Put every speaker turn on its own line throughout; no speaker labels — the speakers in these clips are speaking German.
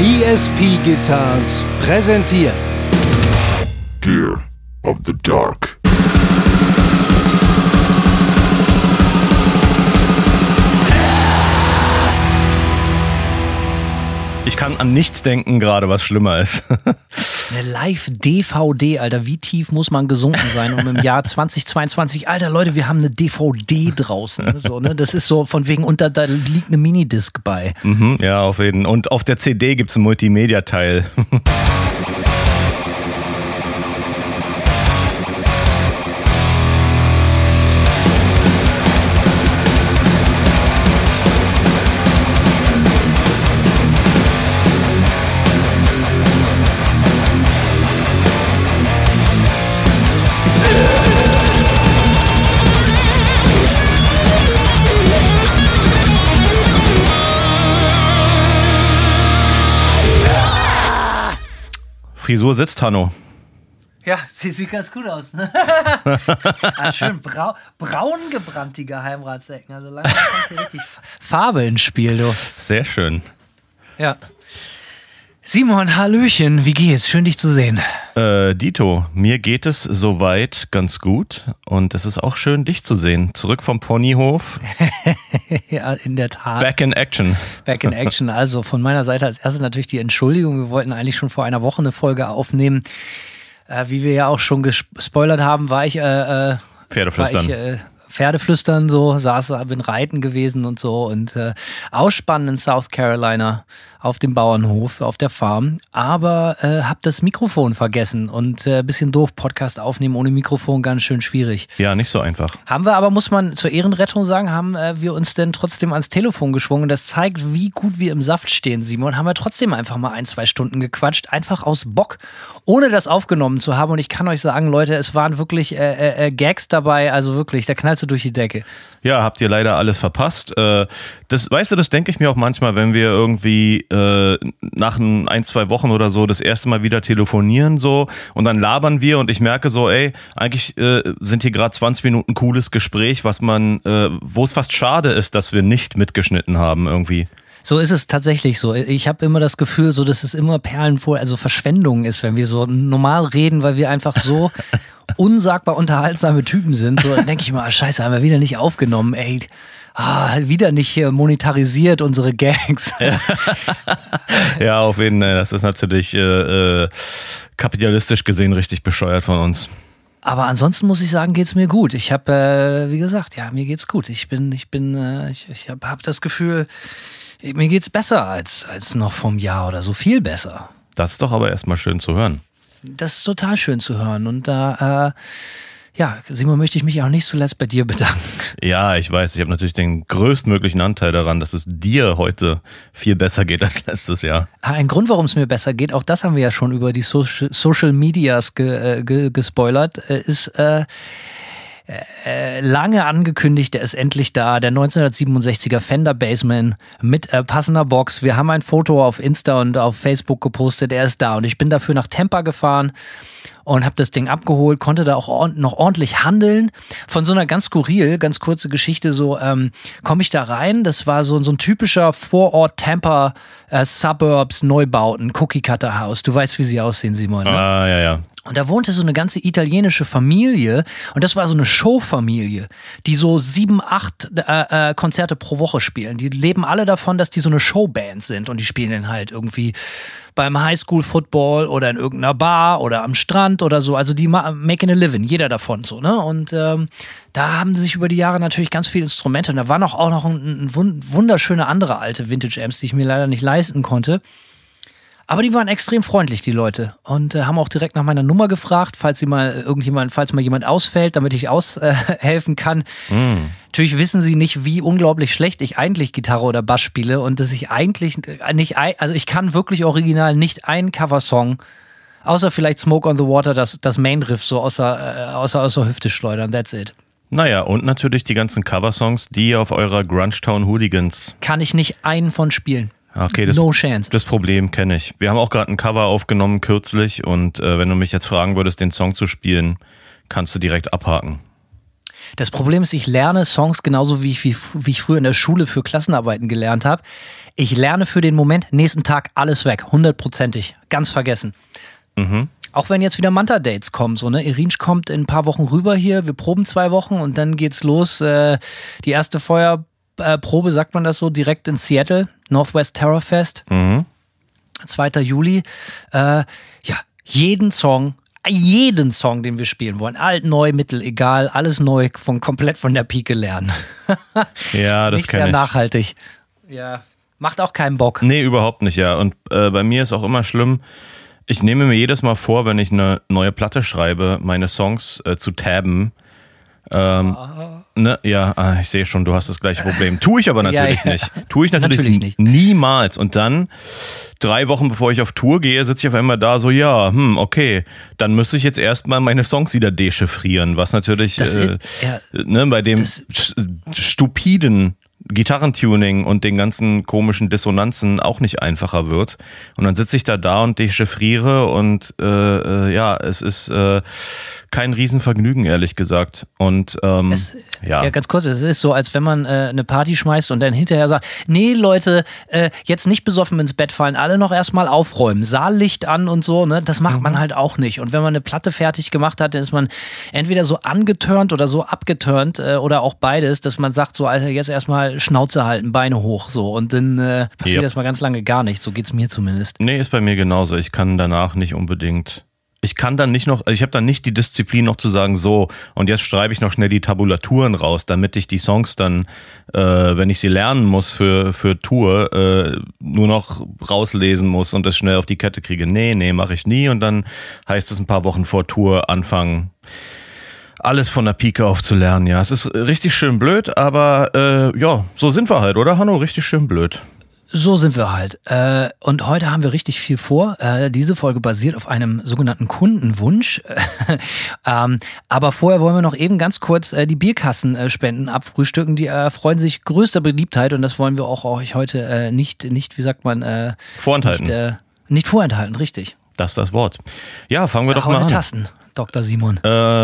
ESP Guitars präsentiert
Gear of the Dark.
Ich kann an nichts denken gerade, was schlimmer ist.
Eine Live-DVD, Alter. Wie tief muss man gesunken sein, um im Jahr 2022, Alter, Leute, wir haben eine DVD draußen. So, ne? Das ist so von wegen, da liegt eine Minidisc bei.
Ja, auf jeden Fall. Und auf der CD gibt es einen Multimedia-Teil. Frisur sitzt, Hanno.
Ja, sie sieht ganz gut aus. Ne? Schön braun gebrannt, die Geheimratsecken. Also langsam kommt hier richtig Farbe ins Spiel, du.
Sehr schön.
Ja. Simon, Hallöchen, wie geht's? Schön, dich zu sehen.
Dito, mir geht es soweit ganz gut und es ist auch schön, dich zu sehen. Zurück vom Ponyhof.
Ja, in der Tat.
Back in Action.
Back in Action. Also von meiner Seite als erstes natürlich die Entschuldigung. Wir wollten eigentlich schon vor einer Woche eine Folge aufnehmen. Wie wir ja auch schon gespoilert haben, war ich
Pferdeflüstern.
Pferdeflüstern so, bin reiten gewesen und so und ausspannen in South Carolina auf dem Bauernhof, auf der Farm, aber hab das Mikrofon vergessen und bisschen doof, Podcast aufnehmen ohne Mikrofon, ganz schön schwierig.
Ja, nicht so einfach.
Haben wir aber, muss man zur Ehrenrettung sagen, haben wir uns denn trotzdem ans Telefon geschwungen. Das zeigt, wie gut wir im Saft stehen, Simon. Haben wir trotzdem einfach mal 1-2 Stunden gequatscht, einfach aus Bock, ohne das aufgenommen zu haben. Und ich kann euch sagen, Leute, es waren wirklich Gags dabei, also wirklich, da knallst du durch die Decke.
Ja, habt ihr leider alles verpasst. Das denke ich mir auch manchmal, wenn wir irgendwie nach 1-2 Wochen oder so das erste Mal wieder telefonieren so und dann labern wir und ich merke so, ey, eigentlich sind hier gerade 20 Minuten cooles Gespräch, wo es fast schade ist, dass wir nicht mitgeschnitten haben irgendwie.
So ist es tatsächlich so. Ich habe immer das Gefühl, so dass es immer also Verschwendung ist, wenn wir so normal reden, weil wir einfach so unsagbar unterhaltsame Typen sind. So, dann denke ich mal, scheiße, haben wir wieder nicht aufgenommen, ey. Wieder nicht monetarisiert, unsere Gags.
Ja, auf jeden Fall. Das ist natürlich kapitalistisch gesehen richtig bescheuert von uns.
Aber ansonsten muss ich sagen, geht's mir gut. Ich habe, wie gesagt, ja, mir geht's gut. Ich habe das Gefühl, mir geht's besser als noch vor einem Jahr oder so, viel besser.
Das ist doch aber erstmal schön zu hören.
Das ist total schön zu hören. Und da, Simon, möchte ich mich auch nicht zuletzt bei dir bedanken.
Ja, ich weiß, ich habe natürlich den größtmöglichen Anteil daran, dass es dir heute viel besser geht als letztes Jahr.
Ein Grund, warum es mir besser geht, auch das haben wir ja schon über die Social Medias gespoilert, ist lange angekündigt, der ist endlich da, der 1967er Fender Bassman mit passender Box. Wir haben ein Foto auf Insta und auf Facebook gepostet, er ist da und ich bin dafür nach Tampa gefahren und habe das Ding abgeholt, konnte da auch noch ordentlich handeln. Von so einer ganz kurze Geschichte, so komme ich da rein, das war so ein typischer Vorort Tampa Suburbs Neubauten, Cookie-Cutter-Haus. Du weißt, wie sie aussehen, Simon, ne?
Ah, ja.
Und da wohnte so eine ganze italienische Familie und das war so eine Showfamilie, die so 7-8 Konzerte pro Woche spielen. Die leben alle davon, dass die so eine Showband sind und die spielen dann halt irgendwie beim Highschool-Football oder in irgendeiner Bar oder am Strand oder so. Also die making a living, jeder davon so, ne? Und da haben sie sich über die Jahre natürlich ganz viele Instrumente und da waren auch noch ein wunderschöne andere alte Vintage-Amps, die ich mir leider nicht leisten konnte. Aber die waren extrem freundlich, die Leute. Und haben auch direkt nach meiner Nummer gefragt, falls mal jemand ausfällt, damit ich aushelfen kann. Natürlich wissen sie nicht, wie unglaublich schlecht ich eigentlich Gitarre oder Bass spiele und dass ich eigentlich also ich kann wirklich original nicht einen Coversong, außer vielleicht Smoke on the Water, das Main-Riff so außer Hüfte schleudern, that's it.
Naja, und natürlich die ganzen Coversongs, die auf eurer Grungetown Hooligans.
Kann ich nicht einen von spielen.
Okay,
no chance.
Das Problem kenne ich. Wir haben auch gerade ein Cover aufgenommen kürzlich und wenn du mich jetzt fragen würdest, den Song zu spielen, kannst du direkt abhaken.
Das Problem ist, ich lerne Songs genauso wie ich früher in der Schule für Klassenarbeiten gelernt habe. Ich lerne für den Moment, nächsten Tag alles weg, 100%ig, ganz vergessen. Auch wenn jetzt wieder Manta-Dates kommen, so, ne? Irinsch kommt in ein paar Wochen rüber hier, wir proben 2 Wochen und dann geht's los. Die erste Feuerprobe, sagt man das so, direkt in Seattle, Northwest Terror Fest, 2. Juli. Jeden Song, den wir spielen wollen, alt, neu, mittel, egal, alles neu, komplett von der Pike lernen.
Ja, das
nicht
kenn
sehr
ich.
nachhaltig. Ja, macht auch keinen Bock.
Nee, überhaupt nicht, ja. Und bei mir ist auch immer schlimm, ich nehme mir jedes Mal vor, wenn ich eine neue Platte schreibe, meine Songs zu tabben. Ne? Ja, ich sehe schon, du hast das gleiche Problem. Tue ich aber natürlich nicht. Tue ich natürlich nicht. Niemals. Und dann, 3 Wochen bevor ich auf Tour gehe, sitze ich auf einmal da so, ja, okay, dann müsste ich jetzt erstmal meine Songs wieder dechiffrieren, was natürlich bei dem stupiden Gitarrentuning und den ganzen komischen Dissonanzen auch nicht einfacher wird. Und dann sitze ich da und dechiffriere und es ist kein Riesenvergnügen, ehrlich gesagt. Und
ja, ganz kurz, es ist so, als wenn man eine Party schmeißt und dann hinterher sagt, nee Leute, jetzt nicht besoffen ins Bett fallen, alle noch erstmal aufräumen, Saallicht an und so, ne? Das macht man halt auch nicht. Und wenn man eine Platte fertig gemacht hat, dann ist man entweder so angeturnt oder so abgeturnt oder auch beides, dass man sagt so, Alter, jetzt erstmal Schnauze halten, Beine hoch, so. Und dann passiert erstmal ganz lange gar nichts, so geht's mir zumindest.
Nee, ist bei mir genauso. Ich kann danach nicht unbedingt... Ich kann dann nicht noch, ich habe dann nicht die Disziplin noch zu sagen, so, und jetzt schreibe ich noch schnell die Tabulaturen raus, damit ich die Songs dann, wenn ich sie lernen muss für Tour, nur noch rauslesen muss und das schnell auf die Kette kriege. Nee, mache ich nie. Und dann heißt es ein paar Wochen vor Tour anfangen, alles von der Pike auf zu lernen. Ja, es ist richtig schön blöd, aber so sind wir halt, oder Hanno? Richtig schön blöd.
So sind wir halt. Und heute haben wir richtig viel vor. Diese Folge basiert auf einem sogenannten Kundenwunsch. Aber vorher wollen wir noch eben ganz kurz die Bierkassenspenden abfrühstücken. Die erfreuen sich größter Beliebtheit und das wollen wir auch euch heute nicht, wie sagt man?
Vorenthalten.
Nicht vorenthalten, richtig.
Das ist das Wort. Ja, fangen wir doch mal an.
Tasten, Dr. Simon.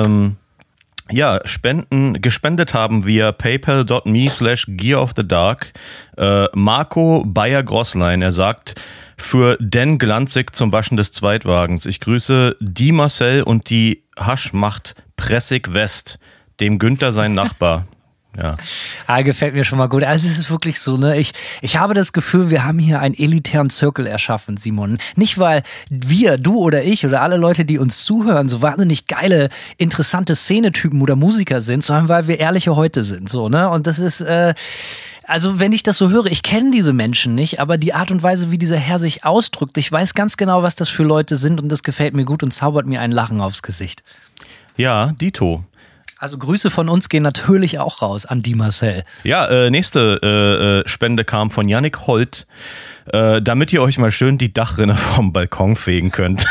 Ja, gespendet haben wir paypal.me/gearofthedark. Marco Bayer-Grosslein, er sagt, für Den Glanzig zum Waschen des Zweitwagens. Ich grüße die Marcel und die Haschmacht Pressig West, dem Günther sein Nachbar. Ja.
Gefällt mir schon mal gut. Also es ist wirklich so, ne? Ich habe das Gefühl, wir haben hier einen elitären Zirkel erschaffen, Simon. Nicht, weil du oder ich oder alle Leute, die uns zuhören, so wahnsinnig geile, interessante Szenetypen oder Musiker sind, sondern weil wir ehrliche Häute sind, so, ne? Und das ist, also wenn ich das so höre, ich kenne diese Menschen nicht, aber die Art und Weise, wie dieser Herr sich ausdrückt, ich weiß ganz genau, was das für Leute sind und das gefällt mir gut und zaubert mir ein Lachen aufs Gesicht.
Ja, Dito.
Also Grüße von uns gehen natürlich auch raus an die Marcel.
Ja, nächste Spende kam von Yannick Holt, damit ihr euch mal schön die Dachrinne vom Balkon fegen könnt.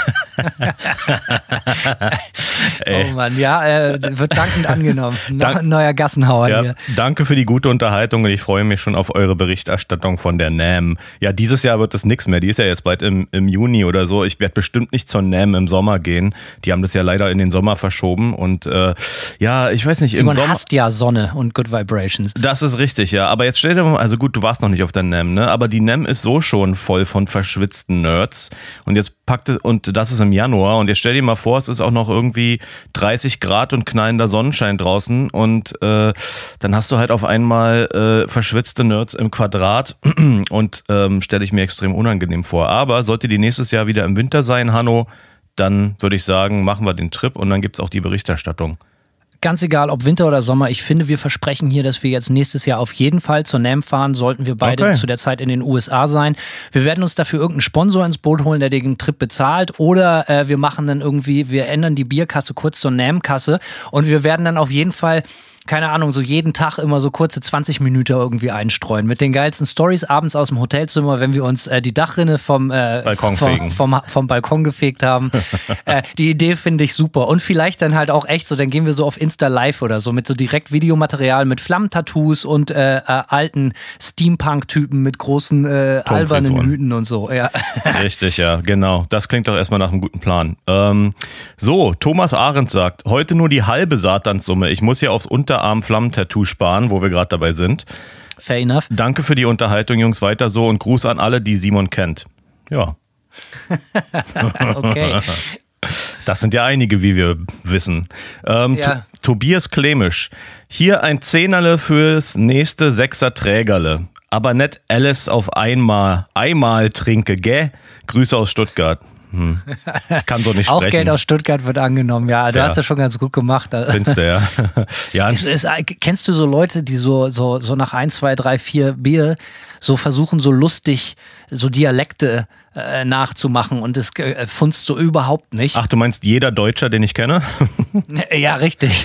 Oh Mann, ja, wird dankend angenommen. Neuer Gassenhauer hier.
Danke für die gute Unterhaltung und ich freue mich schon auf eure Berichterstattung von der NAMM. Ja, dieses Jahr wird das nichts mehr. Die ist ja jetzt bald im Juni oder so. Ich werde bestimmt nicht zur NAMM im Sommer gehen. Die haben das ja leider in den Sommer verschoben und ich weiß nicht.
Simon hasst ja Sonne und Good Vibrations.
Das ist richtig, ja. Aber jetzt stell dir mal, also gut, du warst noch nicht auf der NAMM, ne? Aber die NAMM ist so schon voll von verschwitzten Nerds und das ist im Januar und jetzt stell dir mal vor, es ist auch noch irgendwie 30 Grad und knallender Sonnenschein draußen und dann hast du halt auf einmal verschwitzte Nerds im Quadrat und stelle ich mir extrem unangenehm vor. Aber sollte die nächstes Jahr wieder im Winter sein, Hanno, dann würde ich sagen, machen wir den Trip und dann gibt's auch die Berichterstattung.
Ganz egal, ob Winter oder Sommer, ich finde, wir versprechen hier, dass wir jetzt nächstes Jahr auf jeden Fall zur NAMM fahren, sollten wir beide zu der Zeit in den USA sein. Wir werden uns dafür irgendeinen Sponsor ins Boot holen, der den Trip bezahlt, oder wir machen dann irgendwie, wir ändern die Bierkasse kurz zur NAMM-Kasse und wir werden dann auf jeden Fall, keine Ahnung, so jeden Tag immer so kurze 20 Minuten irgendwie einstreuen. Mit den geilsten Stories abends aus dem Hotelzimmer, wenn wir uns die Dachrinne vom Balkon gefegt haben. Die Idee finde ich super. Und vielleicht dann halt auch echt so, dann gehen wir so auf Insta Live oder so mit so direkt Videomaterial mit Flammentattoos und alten Steampunk-Typen mit großen albernen Hüten und so. Ja.
Richtig, ja, genau. Das klingt doch erstmal nach einem guten Plan. Thomas Arendt sagt, heute nur die halbe Satanssumme. Ich muss ja aufs Unterarm-Flammentattoo sparen, wo wir gerade dabei sind.
Fair enough.
Danke für die Unterhaltung, Jungs, weiter so und Gruß an alle, die Simon kennt. Ja.
Okay.
Das sind ja einige, wie wir wissen.
Ja.
Tobias Klemisch. Hier ein Zehnerle fürs nächste Sechser-Trägerle. Aber nicht alles auf einmal trinke, gell? Grüße aus Stuttgart. Ich kann so nicht sprechen.
Auch Geld aus Stuttgart wird angenommen, ja. Du hast das schon ganz gut gemacht.
Findest du, ja. Ja.
Kennst du so Leute, die so nach 1, 2, 3, 4 Bier so versuchen, so lustig, so Dialekte nachzumachen und es funzt so überhaupt nicht?
Ach, du meinst jeder Deutscher, den ich kenne?
Ja, richtig.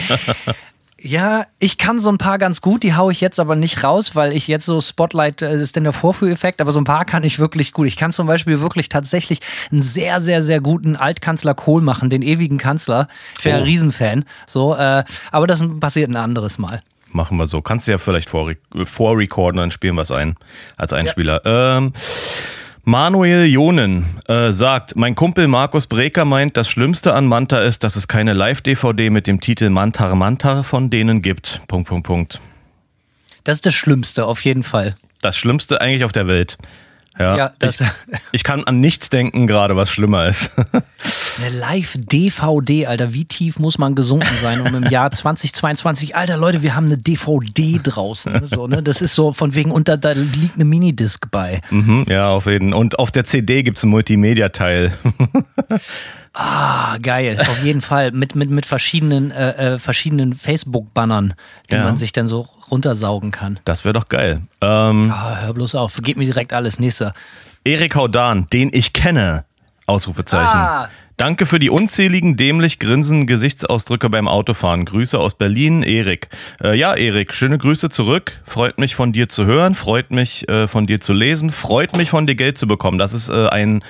Ja, ich kann so ein paar ganz gut, die hau ich jetzt aber nicht raus, weil ich jetzt so Spotlight, das ist denn der Vorführeffekt, aber so ein paar kann ich wirklich gut. Ich kann zum Beispiel wirklich tatsächlich einen sehr, sehr, sehr guten Altkanzler Kohl machen, den ewigen Kanzler. Ich wäre ein Riesenfan. So, aber das passiert ein anderes Mal.
Machen wir so. Kannst du ja vielleicht vorrecorden, dann spielen wir es ein als Einspieler. Ja. Manuel Jonen sagt, mein Kumpel Markus Breker meint, das Schlimmste an Manta ist, dass es keine Live-DVD mit dem Titel Mantar Mantar von denen gibt. ...
Das ist das Schlimmste, auf jeden Fall.
Das Schlimmste eigentlich auf der Welt. Ja, ich kann an nichts denken gerade, was schlimmer ist.
Eine Live-DVD, Alter, wie tief muss man gesunken sein, um im Jahr 2022, Alter, Leute, wir haben eine DVD draußen. So, ne? Das ist so von wegen, da liegt eine Minidisc bei.
Ja, auf jeden Fall. Und auf der CD gibt es einen Multimedia-Teil.
Ah, geil, auf jeden Fall. Mit verschiedenen Facebook-Bannern, die man sich dann so runtersaugen kann.
Das wäre doch geil.
Hör bloß auf, vergib mir direkt alles. Nächster.
Erik Haudan, den ich kenne. Ausrufezeichen. Danke für die unzähligen dämlich grinsenden Gesichtsausdrücke beim Autofahren. Grüße aus Berlin, Erik. Ja, Erik, schöne Grüße zurück. Freut mich von dir zu hören, freut mich von dir zu lesen, freut mich von dir Geld zu bekommen. Das ist eine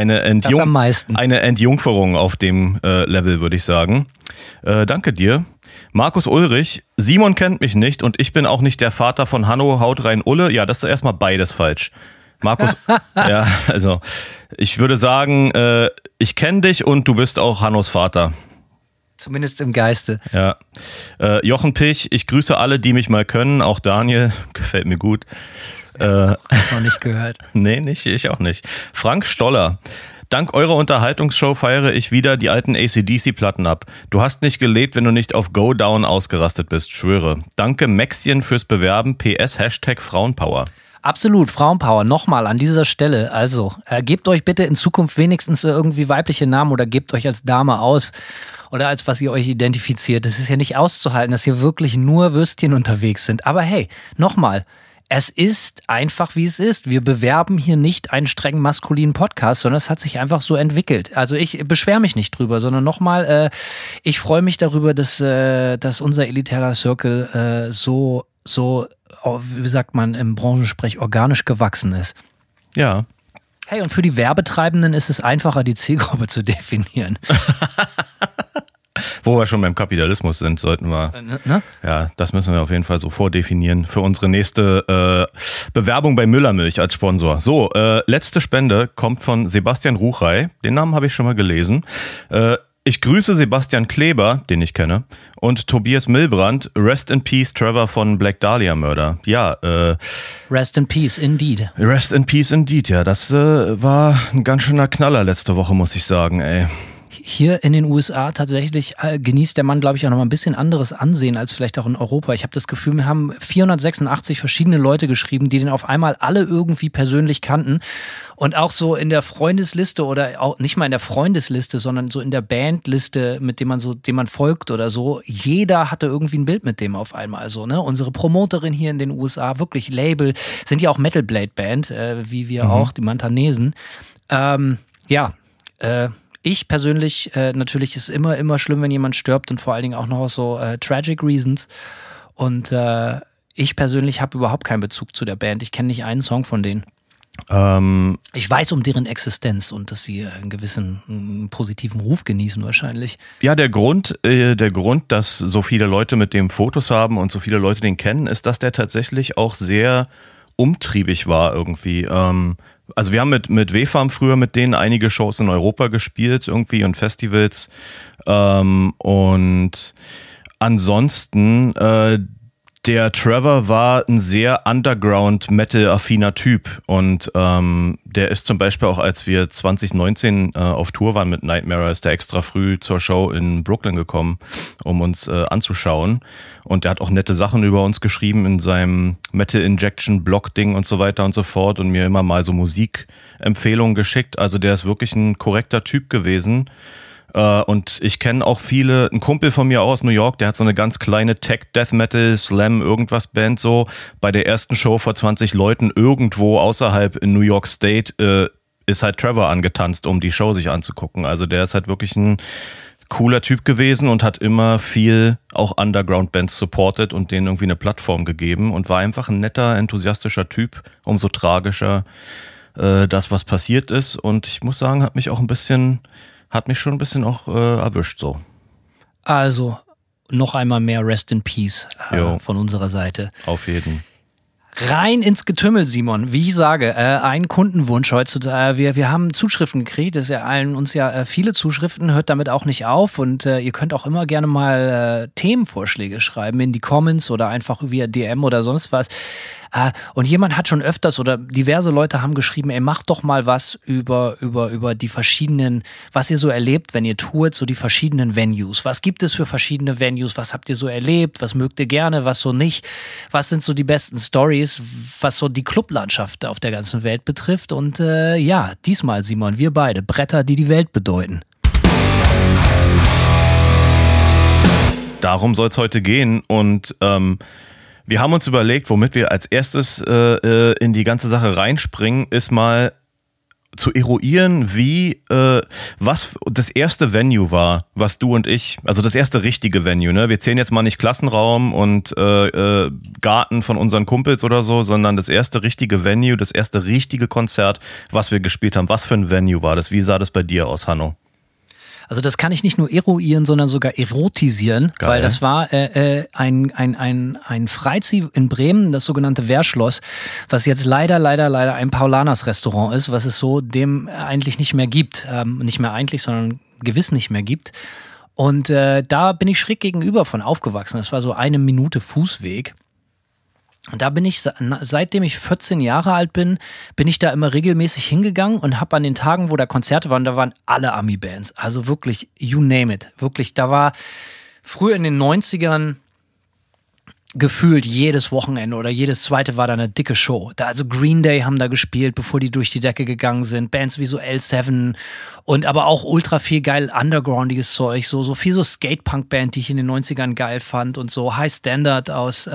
Entjungferung auf dem Level, würde ich sagen. Danke dir. Markus Ulrich, Simon kennt mich nicht und ich bin auch nicht der Vater von Hanno, haut rein Ulle. Ja, das ist erstmal beides falsch. Markus, ja, also ich würde sagen, ich kenne dich und du bist auch Hannos Vater.
Zumindest im Geiste.
Ja. Jochen Pich, ich grüße alle, die mich mal können, auch Daniel, gefällt mir gut.
Noch nicht gehört.
Nee, ich auch nicht. Frank Stoller. Dank eurer Unterhaltungsshow feiere ich wieder die alten AC/DC-Platten ab. Du hast nicht gelebt, wenn du nicht auf Go Down ausgerastet bist, schwöre. Danke Maxchen fürs Bewerben, PS #Frauenpower.
Absolut, Frauenpower. Nochmal an dieser Stelle. Also, gebt euch bitte in Zukunft wenigstens irgendwie weibliche Namen oder gebt euch als Dame aus oder als was ihr euch identifiziert. Das ist ja nicht auszuhalten, dass hier wirklich nur Würstchen unterwegs sind. Aber hey, nochmal. Es ist einfach, wie es ist. Wir bewerben hier nicht einen streng maskulinen Podcast, sondern es hat sich einfach so entwickelt. Also ich beschwere mich nicht drüber, sondern nochmal, ich freue mich darüber, dass unser elitärer Circle so, wie sagt man im Branchensprech, organisch gewachsen ist.
Ja.
Hey, und für die Werbetreibenden ist es einfacher, die Zielgruppe zu definieren.
Wo wir schon beim Kapitalismus sind, sollten wir, ja, das müssen wir auf jeden Fall so vordefinieren für unsere nächste Bewerbung bei Müllermilch als Sponsor. So, letzte Spende kommt von Sebastian Ruchrey, den Namen habe ich schon mal gelesen. Ich grüße Sebastian Kleber, den ich kenne, und Tobias Milbrand, Rest in Peace Trevor von Black Dahlia Murder. Ja,
Rest in Peace, indeed.
Rest in Peace, indeed, ja, das war ein ganz schöner Knaller letzte Woche, muss ich sagen, ey.
Hier in den USA tatsächlich genießt der Mann, glaube ich, auch noch mal ein bisschen anderes Ansehen als vielleicht auch in Europa. Ich habe das Gefühl, wir haben 486 verschiedene Leute geschrieben, die den auf einmal alle irgendwie persönlich kannten. Und auch so in der Freundesliste oder auch nicht mal in der Freundesliste, sondern so in der Bandliste, mit dem man folgt oder so. Jeder hatte irgendwie ein Bild mit dem auf einmal. So, ne? Unsere Promoterin hier in den USA, wirklich Label, sind ja auch Metal Blade Band, wie wir auch, die Montanesen. Ich persönlich, natürlich ist immer schlimm, wenn jemand stirbt und vor allen Dingen auch noch aus so tragic reasons. Und ich persönlich habe überhaupt keinen Bezug zu der Band. Ich kenne nicht einen Song von denen. Ich weiß um deren Existenz und dass sie einen gewissen positiven Ruf genießen wahrscheinlich.
Ja, der Grund, dass so viele Leute mit dem Fotos haben und so viele Leute den kennen, ist, dass der tatsächlich auch sehr umtriebig war irgendwie. Also wir haben mit W-Farm früher mit denen einige Shows in Europa gespielt irgendwie und Festivals und ansonsten Der Trevor war ein sehr Underground-Metal-affiner Typ und der ist zum Beispiel auch, als wir 2019 auf Tour waren mit Nightmare, ist der extra früh zur Show in Brooklyn gekommen, um uns anzuschauen, und der hat auch nette Sachen über uns geschrieben in seinem Metal-Injection-Blog-Ding und so weiter und so fort und mir immer mal so Musikempfehlungen geschickt, also der ist wirklich ein korrekter Typ gewesen. Und ich kenne auch viele, ein Kumpel von mir aus New York, der hat so eine ganz kleine Tech-Death-Metal-Slam-Irgendwas-Band so. Bei der ersten Show vor 20 Leuten irgendwo außerhalb in New York State ist halt Trevor angetanzt, um die Show sich anzugucken. Also der ist halt wirklich ein cooler Typ gewesen und hat immer viel auch Underground-Bands supportet und denen irgendwie eine Plattform gegeben und war einfach ein netter, enthusiastischer Typ, umso tragischer das, was passiert ist. Und ich muss sagen, hat mich schon ein bisschen auch erwischt so.
Also, noch einmal mehr Rest in Peace von unserer Seite.
Auf jeden.
Rein ins Getümmel, Simon. Wie ich sage, ein Kundenwunsch heutzutage. Wir haben Zuschriften gekriegt, das ist ja uns viele Zuschriften, hört damit auch nicht auf, und ihr könnt auch immer gerne mal Themenvorschläge schreiben in die Comments oder einfach via DM oder sonst was. Und jemand hat schon öfters oder diverse Leute haben geschrieben, ey, macht doch mal was über die verschiedenen, was ihr so erlebt, wenn ihr tourt, so die verschiedenen Venues. Was gibt es für verschiedene Venues? Was habt ihr so erlebt? Was mögt ihr gerne? Was so nicht? Was sind so die besten Stories, was so die Clublandschaft auf der ganzen Welt betrifft? Und diesmal, Simon, wir beide, Bretter, die die Welt bedeuten.
Darum soll es heute gehen und wir haben uns überlegt, womit wir als erstes in die ganze Sache reinspringen, ist mal zu eruieren, was das erste Venue war, was du und ich, also das erste richtige Venue, ne? Wir zählen jetzt mal nicht Klassenraum und Garten von unseren Kumpels oder so, sondern das erste richtige Venue, das erste richtige Konzert, was wir gespielt haben. Was für ein Venue war das? Wie sah das bei dir aus, Hanno?
Also das kann ich nicht nur eruieren, sondern sogar erotisieren, geil. Weil das war ein Freizieh in Bremen, das sogenannte Wehrschloss, was jetzt leider ein Paulaners-Restaurant ist, was es so dem eigentlich nicht mehr gibt. Nicht mehr eigentlich, sondern gewiss nicht mehr gibt. Und da bin ich schräg gegenüber von aufgewachsen. Das war so 1 Minute Fußweg. Und da bin ich, seitdem ich 14 Jahre alt bin ich da immer regelmäßig hingegangen und habe an den Tagen, wo da Konzerte waren, da waren alle Ami-Bands. Also wirklich, you name it. Wirklich, da war früher in den 90ern gefühlt jedes Wochenende oder jedes zweite war da eine dicke Show. Also Green Day haben da gespielt, bevor die durch die Decke gegangen sind. Bands wie so L7 und aber auch ultra viel geil undergroundiges Zeug. So viel so Skate-Punk-Band, die ich in den 90ern geil fand und so High Standard aus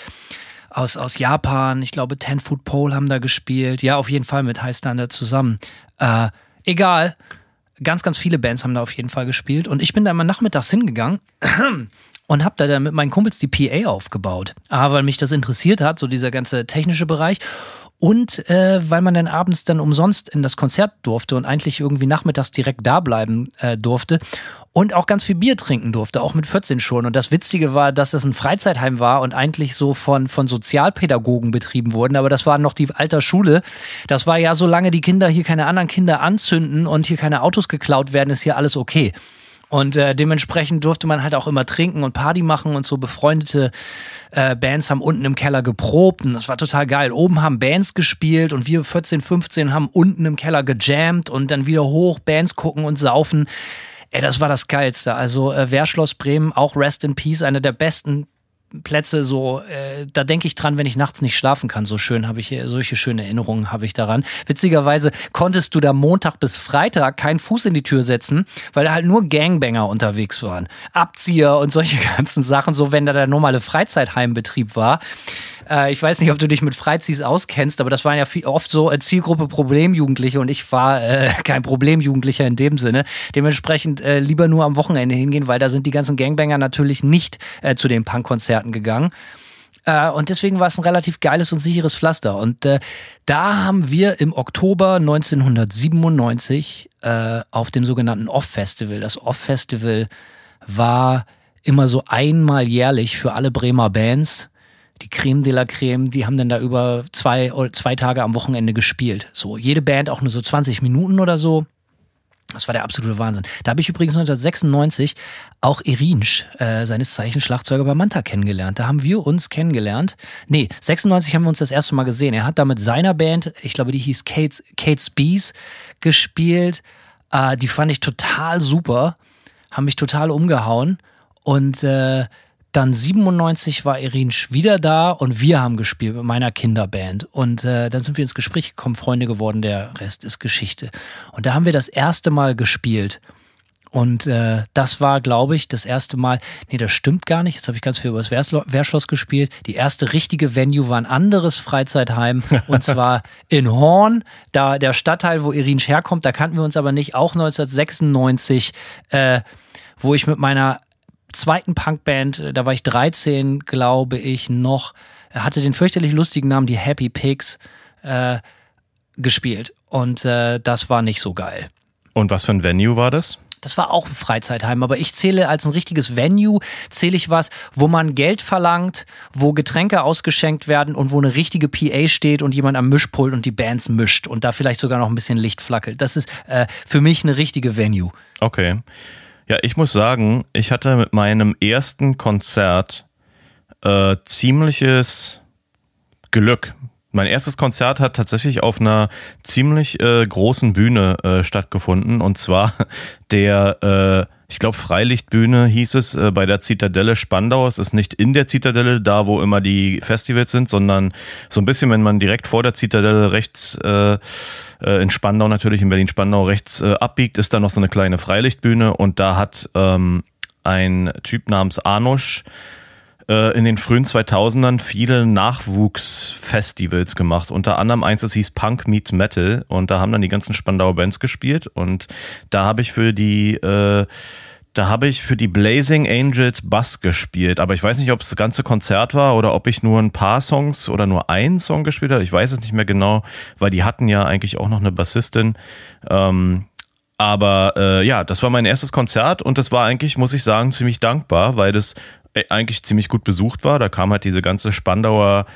Japan, ich glaube 10 Foot Pole haben da gespielt, ja auf jeden Fall mit High Standard zusammen. Egal, ganz viele Bands haben da auf jeden Fall gespielt und ich bin da immer nachmittags hingegangen und hab da mit meinen Kumpels die PA aufgebaut. Weil mich das interessiert hat, so dieser ganze technische Bereich. Und weil man dann abends dann umsonst in das Konzert durfte und eigentlich irgendwie nachmittags direkt da bleiben durfte und auch ganz viel Bier trinken durfte, auch mit 14 schon. Und das Witzige war, dass es ein Freizeitheim war und eigentlich so von Sozialpädagogen betrieben wurden, aber das war noch die alte Schule. Das war ja, solange die Kinder hier keine anderen Kinder anzünden und hier keine Autos geklaut werden, ist hier alles okay. Und dementsprechend durfte man halt auch immer trinken und Party machen und so befreundete Bands haben unten im Keller geprobt und das war total geil. Oben haben Bands gespielt und wir 14, 15 haben unten im Keller gejammt und dann wieder hoch Bands gucken und saufen. Das war das Geilste. Also Wehrschloss Bremen, auch Rest in Peace, einer der besten Plätze, so, da denke ich dran, wenn ich nachts nicht schlafen kann. So schön habe ich, solche schöne Erinnerungen habe ich daran. Witzigerweise konntest du da Montag bis Freitag keinen Fuß in die Tür setzen, weil da halt nur Gangbanger unterwegs waren. Abzieher und solche ganzen Sachen, so wenn da der normale Freizeitheimbetrieb war. Ich weiß nicht, ob du dich mit Freiziehs auskennst, aber das waren ja oft so Zielgruppe Problemjugendliche und ich war kein Problemjugendlicher in dem Sinne. Dementsprechend lieber nur am Wochenende hingehen, weil da sind die ganzen Gangbanger natürlich nicht zu den Punkkonzerten gegangen. Und deswegen war es ein relativ geiles und sicheres Pflaster. Und da haben wir im Oktober 1997 auf dem sogenannten Off-Festival, das Off-Festival war immer so einmal jährlich für alle Bremer Bands, die Creme de la Creme, die haben dann da über zwei Tage am Wochenende gespielt. So, jede Band auch nur so 20 Minuten oder so. Das war der absolute Wahnsinn. Da habe ich übrigens 1996 auch Irinsch, seines Zeichens Schlagzeuger bei Manta, kennengelernt. Da haben wir uns kennengelernt. Nee, 96 haben wir uns das erste Mal gesehen. Er hat da mit seiner Band, ich glaube, die hieß Kate's Bees, gespielt. Die fand ich total super, haben mich total umgehauen. Und dann 97 war Irinsch wieder da und wir haben gespielt mit meiner Kinderband. Und dann sind wir ins Gespräch gekommen, Freunde geworden, der Rest ist Geschichte. Und da haben wir das erste Mal gespielt. Und das war, glaube ich, das erste Mal, nee, das stimmt gar nicht, jetzt habe ich ganz viel über das Wehrschloss gespielt. Die erste richtige Venue war ein anderes Freizeitheim und zwar in Horn, da der Stadtteil, wo Irinsch herkommt, da kannten wir uns aber nicht, auch 1996, wo ich mit meiner zweiten Punkband, da war ich 13, glaube ich, noch, hatte den fürchterlich lustigen Namen, die Happy Pigs, gespielt. Und das war nicht so geil.
Und was für ein Venue war das?
Das war auch ein Freizeitheim, aber ich zähle als ein richtiges Venue, zähle ich was, wo man Geld verlangt, wo Getränke ausgeschenkt werden und wo eine richtige PA steht und jemand am Mischpult und die Bands mischt und da vielleicht sogar noch ein bisschen Licht flackelt. Das ist für mich eine richtige Venue.
Okay. Ja, ich muss sagen, ich hatte mit meinem ersten Konzert ziemliches Glück. Mein erstes Konzert hat tatsächlich auf einer ziemlich großen Bühne stattgefunden und zwar der, ich glaube Freilichtbühne hieß es, bei der Zitadelle Spandau. Es ist nicht in der Zitadelle, da wo immer die Festivals sind, sondern so ein bisschen, wenn man direkt vor der Zitadelle rechts in Spandau natürlich, in Berlin-Spandau rechts abbiegt, ist da noch so eine kleine Freilichtbühne und da hat ein Typ namens Anusch in den frühen 2000ern viele Nachwuchsfestivals gemacht. Unter anderem eins, das hieß Punk Meets Metal und da haben dann die ganzen Spandauer Bands gespielt und da habe ich für die Blazing Angels Bass gespielt, aber ich weiß nicht, ob es das ganze Konzert war oder ob ich nur ein paar Songs oder nur einen Song gespielt habe. Ich weiß es nicht mehr genau, weil die hatten ja eigentlich auch noch eine Bassistin. Aber ja, das war mein erstes Konzert und das war eigentlich, muss ich sagen, ziemlich dankbar, weil das eigentlich ziemlich gut besucht war. Da kam halt diese ganze Spandauer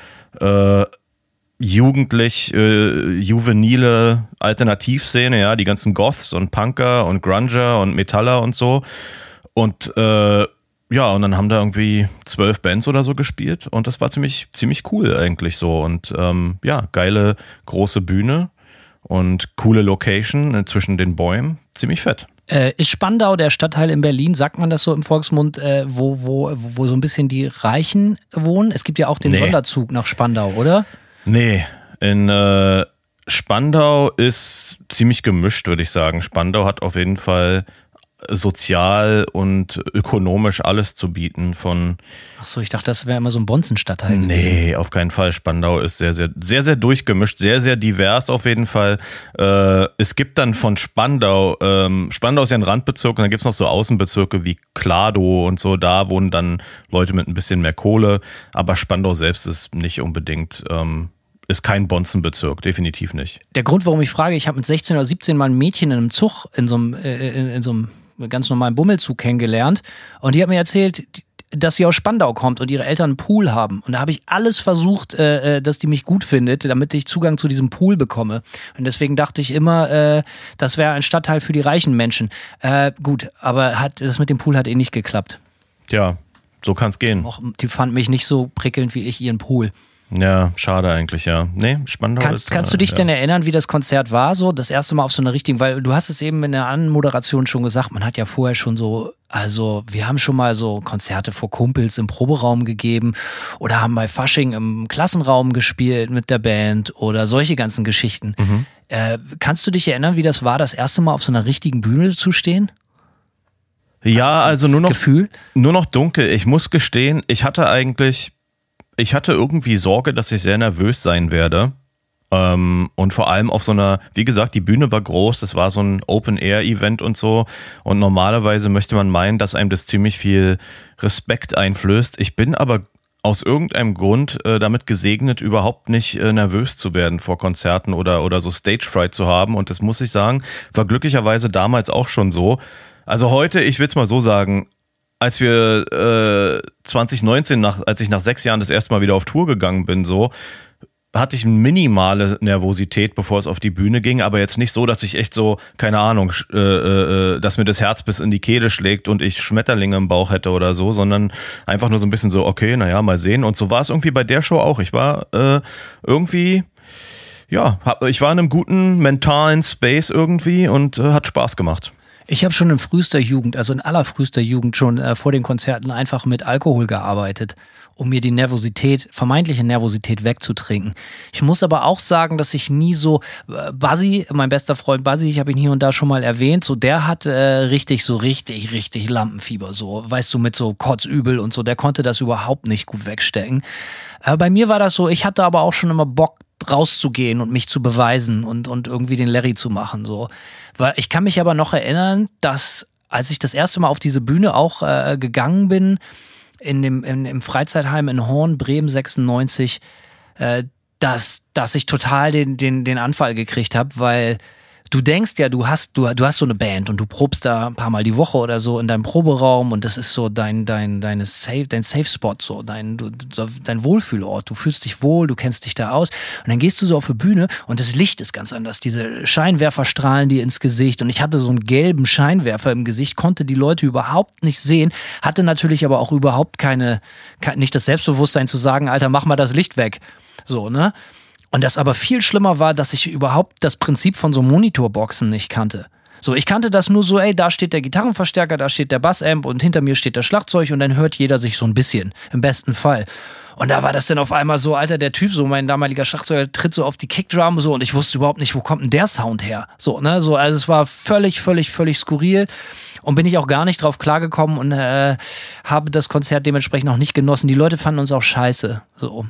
juvenile Alternativszene, ja, die ganzen Goths und Punker und Grunger und Metaller und so. Und ja, und dann haben da irgendwie 12 Bands oder so gespielt und das war ziemlich cool eigentlich so. Und ja, geile große Bühne und coole Location zwischen den Bäumen. Ziemlich fett.
Ist Spandau der Stadtteil in Berlin, sagt man das so im Volksmund, wo so ein bisschen die Reichen wohnen? Es gibt ja auch den Sonderzug nach Spandau, oder?
Nee, in Spandau ist ziemlich gemischt, würde ich sagen. Spandau hat auf jeden Fall sozial und ökonomisch alles zu bieten von...
Achso, ich dachte, das wäre immer so ein Bonzenstadtteil.
Nee, auf keinen Fall. Spandau ist sehr, sehr, sehr, sehr durchgemischt, sehr, sehr divers auf jeden Fall. Es gibt dann von Spandau, Spandau ist ja ein Randbezirk und dann gibt es noch so Außenbezirke wie Kladow und so, da wohnen dann Leute mit ein bisschen mehr Kohle, aber Spandau selbst ist nicht unbedingt... ist kein Bonzenbezirk, definitiv nicht.
Der Grund, warum ich frage, ich habe mit 16 oder 17 mal ein Mädchen in einem Zug, in so einem ganz normalen Bummelzug kennengelernt und die hat mir erzählt, dass sie aus Spandau kommt und ihre Eltern einen Pool haben. Und da habe ich alles versucht, dass die mich gut findet, damit ich Zugang zu diesem Pool bekomme. Und deswegen dachte ich immer, das wäre ein Stadtteil für die reichen Menschen. Gut, aber das mit dem Pool hat nicht geklappt.
Ja, so kann es gehen.
Die fand mich nicht so prickelnd wie ich ihren Pool.
Ja, schade eigentlich, ja. Nee, Spandau ist...
Kannst du dich denn erinnern, wie das Konzert war, so das erste Mal auf so einer richtigen, weil du hast es eben in der Anmoderation schon gesagt, man hat ja vorher schon so, also wir haben schon mal so Konzerte vor Kumpels im Proberaum gegeben oder haben bei Fasching im Klassenraum gespielt mit der Band oder solche ganzen Geschichten. Mhm. Kannst du dich erinnern, wie das war, das erste Mal auf so einer richtigen Bühne zu stehen?
Ja, also nur
Gefühl?
Nur noch dunkel. Ich muss gestehen, ich hatte irgendwie Sorge, dass ich sehr nervös sein werde. Und vor allem auf so einer, wie gesagt, die Bühne war groß, das war so ein Open-Air-Event und so. Und normalerweise möchte man meinen, dass einem das ziemlich viel Respekt einflößt. Ich bin aber aus irgendeinem Grund damit gesegnet, überhaupt nicht nervös zu werden vor Konzerten oder so Stage-Fright zu haben. Und das muss ich sagen, war glücklicherweise damals auch schon so. Also heute, ich will es mal so sagen, als wir 2019, als ich nach 6 Jahren das erste Mal wieder auf Tour gegangen bin, so, hatte ich eine minimale Nervosität, bevor es auf die Bühne ging, aber jetzt nicht so, dass ich echt so, keine Ahnung, dass mir das Herz bis in die Kehle schlägt und ich Schmetterlinge im Bauch hätte oder so, sondern einfach nur so ein bisschen so, okay, naja, mal sehen. Und so war es irgendwie bei der Show auch. Ich war irgendwie, ja, ich war in einem guten mentalen Space irgendwie und hat Spaß gemacht.
Ich habe schon in frühester Jugend, also in allerfrühester Jugend schon vor den Konzerten einfach mit Alkohol gearbeitet, um mir die Nervosität, vermeintliche Nervosität wegzutrinken. Ich muss aber auch sagen, dass ich nie so, Buzzy, mein bester Freund Buzzy, ich habe ihn hier und da schon mal erwähnt, so der hat richtig Lampenfieber, so, weißt du, mit so Kotzübel und so, der konnte das überhaupt nicht gut wegstecken. Bei mir war das so, ich hatte aber auch schon immer Bock, rauszugehen und mich zu beweisen und irgendwie den Larry zu machen, so. Weil ich kann mich aber noch erinnern, dass, als ich das erste Mal auf diese Bühne auch gegangen bin, im Freizeitheim in Horn, Bremen 96, dass ich total den Anfall gekriegt habe, weil du denkst ja, du hast so eine Band und du probst da ein paar Mal die Woche oder so in deinem Proberaum und das ist so dein Safe Spot, so dein Wohlfühlort. Du fühlst dich wohl, du kennst dich da aus und dann gehst du so auf die Bühne und das Licht ist ganz anders. Diese Scheinwerfer strahlen dir ins Gesicht und ich hatte so einen gelben Scheinwerfer im Gesicht, konnte die Leute überhaupt nicht sehen, hatte natürlich aber auch überhaupt nicht das Selbstbewusstsein zu sagen, Alter, mach mal das Licht weg. So, ne? Und das aber viel schlimmer war, dass ich überhaupt das Prinzip von so Monitorboxen nicht kannte. So, ich kannte das nur so, ey, da steht der Gitarrenverstärker, da steht der Bassamp und hinter mir steht das Schlagzeug und dann hört jeder sich so ein bisschen, im besten Fall. Und da war das dann auf einmal so, Alter, der Typ, so mein damaliger Schlagzeuger, tritt so auf die Kickdrum so und ich wusste überhaupt nicht, wo kommt denn der Sound her? So, ne, so, also es war völlig skurril und bin ich auch gar nicht drauf klargekommen und habe das Konzert dementsprechend auch nicht genossen. Die Leute fanden uns auch scheiße, so.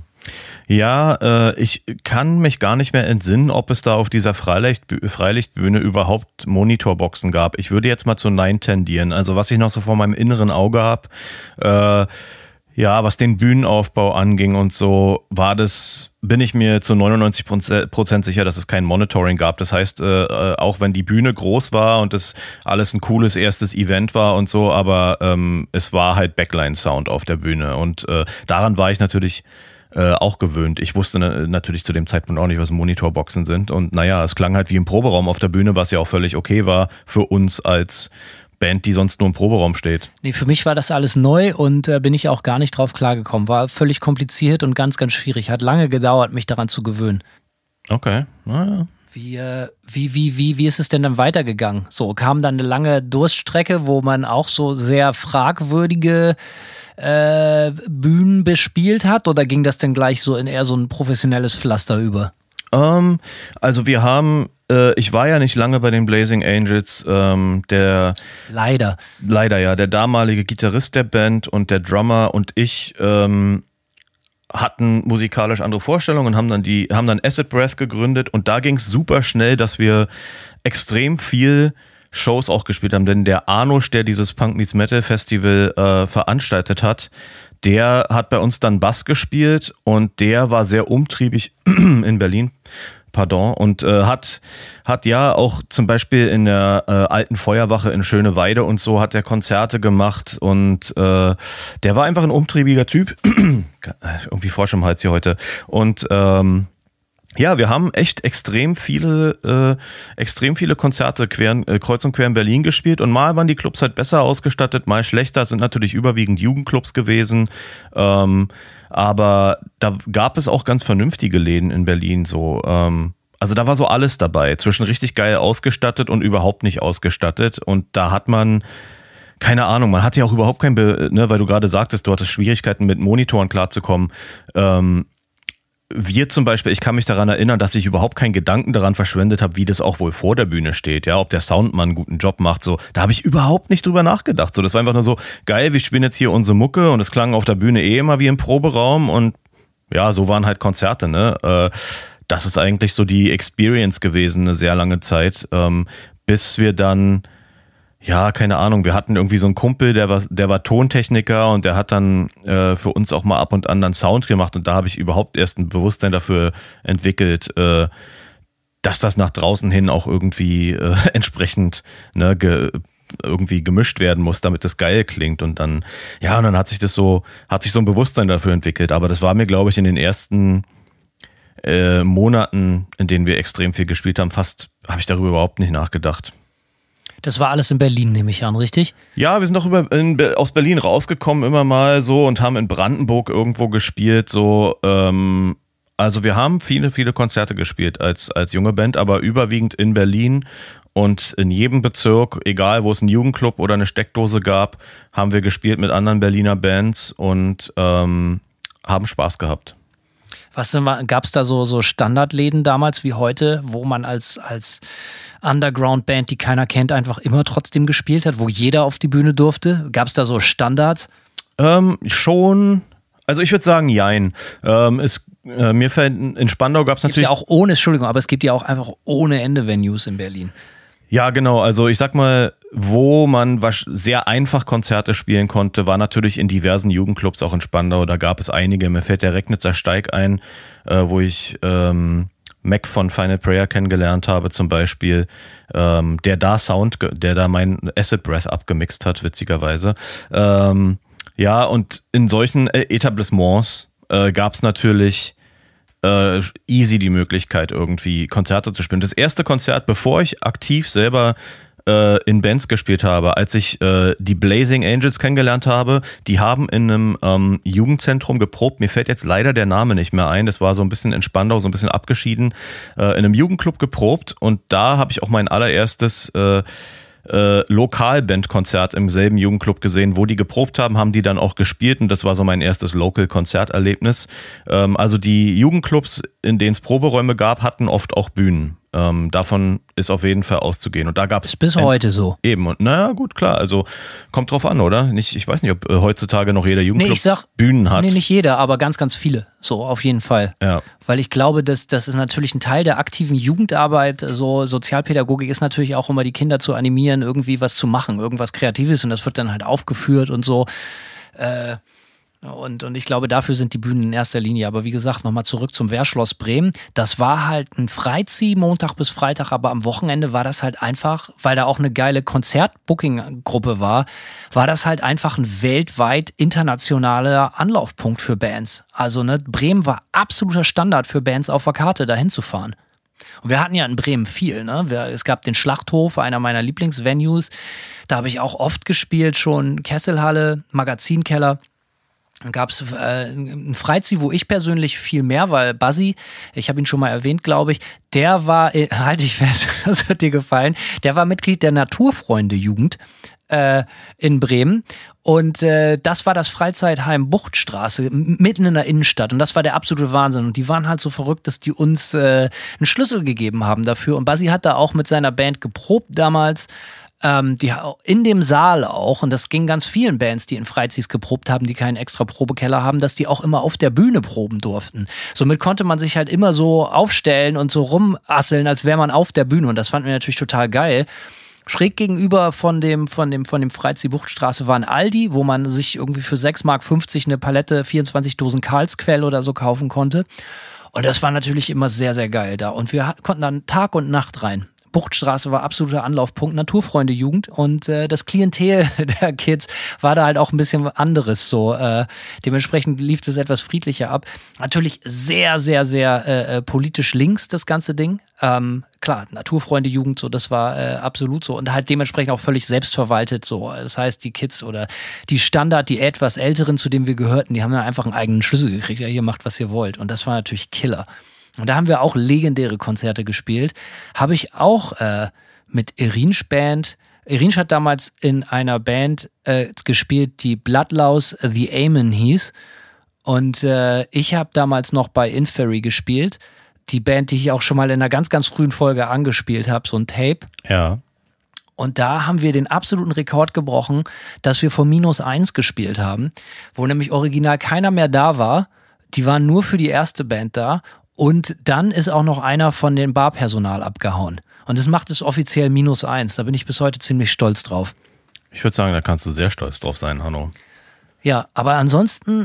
Ja, ich kann mich gar nicht mehr entsinnen, ob es da auf dieser Freilichtbühne überhaupt Monitorboxen gab. Ich würde jetzt mal zu Nein tendieren. Also was ich noch so vor meinem inneren Auge habe, ja, was den Bühnenaufbau anging und so, bin ich mir zu 99% sicher, dass es kein Monitoring gab. Das heißt, auch wenn die Bühne groß war und das alles ein cooles erstes Event war und so, aber es war halt Backline-Sound auf der Bühne und daran war ich natürlich auch gewöhnt. Ich wusste natürlich zu dem Zeitpunkt auch nicht, was Monitorboxen sind und naja, es klang halt wie im Proberaum auf der Bühne, was ja auch völlig okay war für uns als Band, die sonst nur im Proberaum steht.
Nee, für mich war das alles neu und bin ich auch gar nicht drauf klargekommen. War völlig kompliziert und ganz schwierig. Hat lange gedauert, mich daran zu gewöhnen.
Okay, naja.
Wie ist es denn dann weitergegangen? So, kam dann eine lange Durststrecke, wo man auch so sehr fragwürdige Bühnen bespielt hat oder ging das denn gleich so in eher so ein professionelles Pflaster über?
Also wir haben, ich war ja nicht lange bei den Blazing Angels,
Leider
ja, der damalige Gitarrist der Band und der Drummer und ich hatten musikalisch andere Vorstellungen und haben dann Acid Breath gegründet und da ging es super schnell, dass wir extrem viel Shows auch gespielt haben, denn der Anush, der dieses Punk Meets Metal Festival veranstaltet hat, der hat bei uns dann Bass gespielt und der war sehr umtriebig in Berlin, und hat ja auch zum Beispiel in der alten Feuerwache in Schöneweide und so hat er Konzerte gemacht und der war einfach ein umtriebiger Typ, irgendwie Frosch im Hals hier heute und ja, wir haben echt extrem viele Konzerte kreuz und quer in Berlin gespielt und mal waren die Clubs halt besser ausgestattet, mal schlechter. Es sind natürlich überwiegend Jugendclubs gewesen, aber da gab es auch ganz vernünftige Läden in Berlin so. Also da war so alles dabei, zwischen richtig geil ausgestattet und überhaupt nicht ausgestattet und da hat man keine Ahnung, man hat ja auch überhaupt weil du gerade sagtest, du hattest Schwierigkeiten mit Monitoren klarzukommen. Wir zum Beispiel, ich kann mich daran erinnern, dass ich überhaupt keinen Gedanken daran verschwendet habe, wie das auch wohl vor der Bühne steht, ja, ob der Soundmann einen guten Job macht, so, da habe ich überhaupt nicht drüber nachgedacht, so, das war einfach nur so, geil, wir spielen jetzt hier unsere Mucke und es klang auf der Bühne immer wie im Proberaum und ja, so waren halt Konzerte, ne, das ist eigentlich so die Experience gewesen, eine sehr lange Zeit, bis wir dann ja, keine Ahnung, wir hatten irgendwie so einen Kumpel, der war Tontechniker und der hat dann für uns auch mal ab und an dann Sound gemacht und da habe ich überhaupt erst ein Bewusstsein dafür entwickelt, dass das nach draußen hin auch irgendwie entsprechend irgendwie gemischt werden muss, damit das geil klingt und dann, ja, und dann hat sich so ein Bewusstsein dafür entwickelt, aber das war mir, glaube ich, in den ersten Monaten, in denen wir extrem viel gespielt haben, habe ich darüber überhaupt nicht nachgedacht.
Das war alles in Berlin, nehme ich an, richtig?
Ja, wir sind auch aus Berlin rausgekommen immer mal so und haben in Brandenburg irgendwo gespielt. So, also wir haben viele, viele Konzerte gespielt als junge Band, aber überwiegend in Berlin. Und in jedem Bezirk, egal wo es einen Jugendclub oder eine Steckdose gab, haben wir gespielt mit anderen Berliner Bands und haben Spaß gehabt.
Gab es da so Standardläden damals wie heute, wo man als Underground-Band, die keiner kennt, einfach immer trotzdem gespielt hat, wo jeder auf die Bühne durfte? Gab es da so Standards?
Schon, also ich würde sagen, jein. Mir fällt, in Spandau gab es natürlich...
aber es gibt ja auch einfach ohne Ende Venues in Berlin.
Ja, genau. Also ich sag mal, wo man sehr einfach Konzerte spielen konnte, war natürlich in diversen Jugendclubs, auch in Spandau. Da gab es einige. Mir fällt der Recknitzer Steig ein, wo ich Mac von Final Prayer kennengelernt habe zum Beispiel, der da mein Acid Breath abgemixt hat, witzigerweise. Ja, und in solchen Etablissements gab es natürlich easy die Möglichkeit, irgendwie Konzerte zu spielen. Das erste Konzert, bevor ich aktiv selber in Bands gespielt habe, als ich die Blazing Angels kennengelernt habe, die haben in einem Jugendzentrum geprobt. Mir fällt jetzt leider der Name nicht mehr ein. Das war so ein bisschen in Spandau, so ein bisschen abgeschieden. In einem Jugendclub geprobt und da habe ich auch mein allererstes Lokalbandkonzert im selben Jugendclub gesehen, wo die geprobt haben die dann auch gespielt und das war so mein erstes Local-Konzerterlebnis. Also die Jugendclubs, in denen es Proberäume gab, hatten oft auch Bühnen. Davon ist auf jeden Fall auszugehen. Und da gab es
bis heute so.
Eben. Und naja, gut, klar. Also kommt drauf an, oder? Ich weiß nicht, ob heutzutage noch jeder Jugendclub Bühnen hat.
Nee, nicht jeder, aber ganz, ganz viele. So, auf jeden Fall.
Ja.
Weil ich glaube, das ist natürlich ein Teil der aktiven Jugendarbeit. So Sozialpädagogik ist natürlich auch immer, die Kinder zu animieren, irgendwie was zu machen, irgendwas Kreatives. Und das wird dann halt aufgeführt und so. Und ich glaube, dafür sind die Bühnen in erster Linie. Aber wie gesagt, nochmal zurück zum Wehrschloss Bremen. Das war halt ein Freizieh, Montag bis Freitag, aber am Wochenende war das halt einfach, weil da auch eine geile Konzert-Booking-Gruppe war das halt einfach ein weltweit internationaler Anlaufpunkt für Bands. Also Bremen war absoluter Standard für Bands auf der Karte, da hinzufahren. Und wir hatten ja in Bremen viel, ne? Es gab den Schlachthof, einer meiner Lieblingsvenues. Da habe ich auch oft gespielt, schon Kesselhalle, Magazinkeller. Dann gab es ein Freizieh, wo ich persönlich viel mehr, weil Buzzy, ich habe ihn schon mal erwähnt, glaube ich, der war, halte ich fest, das wird dir gefallen, der war Mitglied der Naturfreunde-Jugend in Bremen. Und das war das Freizeitheim Buchtstraße, mitten in der Innenstadt. Und das war der absolute Wahnsinn. Und die waren halt so verrückt, dass die uns einen Schlüssel gegeben haben dafür. Und Buzzy hat da auch mit seiner Band geprobt damals. Die in dem Saal auch, und das ging ganz vielen Bands, die in Freiziehs geprobt haben, die keinen extra Probekeller haben, dass die auch immer auf der Bühne proben durften. Somit konnte man sich halt immer so aufstellen und so rumasseln, als wäre man auf der Bühne, und das fanden wir natürlich total geil. Schräg gegenüber von dem Freizieh Buchtstraße war ein Aldi, wo man sich irgendwie für 6,50 Mark eine Palette 24 Dosen Karlsquell oder so kaufen konnte. Und das war natürlich immer sehr, sehr geil da. Und wir konnten dann Tag und Nacht rein. Buchtstraße war absoluter Anlaufpunkt, Naturfreunde-Jugend, und das Klientel der Kids war da halt auch ein bisschen anderes so. Dementsprechend lief das etwas friedlicher ab. Natürlich sehr, sehr, sehr politisch links, das ganze Ding. Klar, Naturfreunde-Jugend, so, das war absolut so. Und halt dementsprechend auch völlig selbstverwaltet so. Das heißt, die Kids oder die die etwas Älteren, zu denen wir gehörten, die haben dann einfach einen eigenen Schlüssel gekriegt. Ja, ihr macht, was ihr wollt. Und das war natürlich Killer. Und da haben wir auch legendäre Konzerte gespielt. Habe ich auch mit Irinsch Band. Irinsch hat damals in einer Band gespielt, die Bloodlouse The Amen hieß. Und ich habe damals noch bei Inferi gespielt. Die Band, die ich auch schon mal in einer ganz, ganz frühen Folge angespielt habe, so ein Tape.
Ja.
Und da haben wir den absoluten Rekord gebrochen, dass wir vor -1 gespielt haben, wo nämlich original keiner mehr da war. Die waren nur für die erste Band da. Und dann ist auch noch einer von dem Barpersonal abgehauen. Und das macht es offiziell -1. Da bin ich bis heute ziemlich stolz drauf.
Ich würde sagen, da kannst du sehr stolz drauf sein, Hanno.
Ja, aber ansonsten,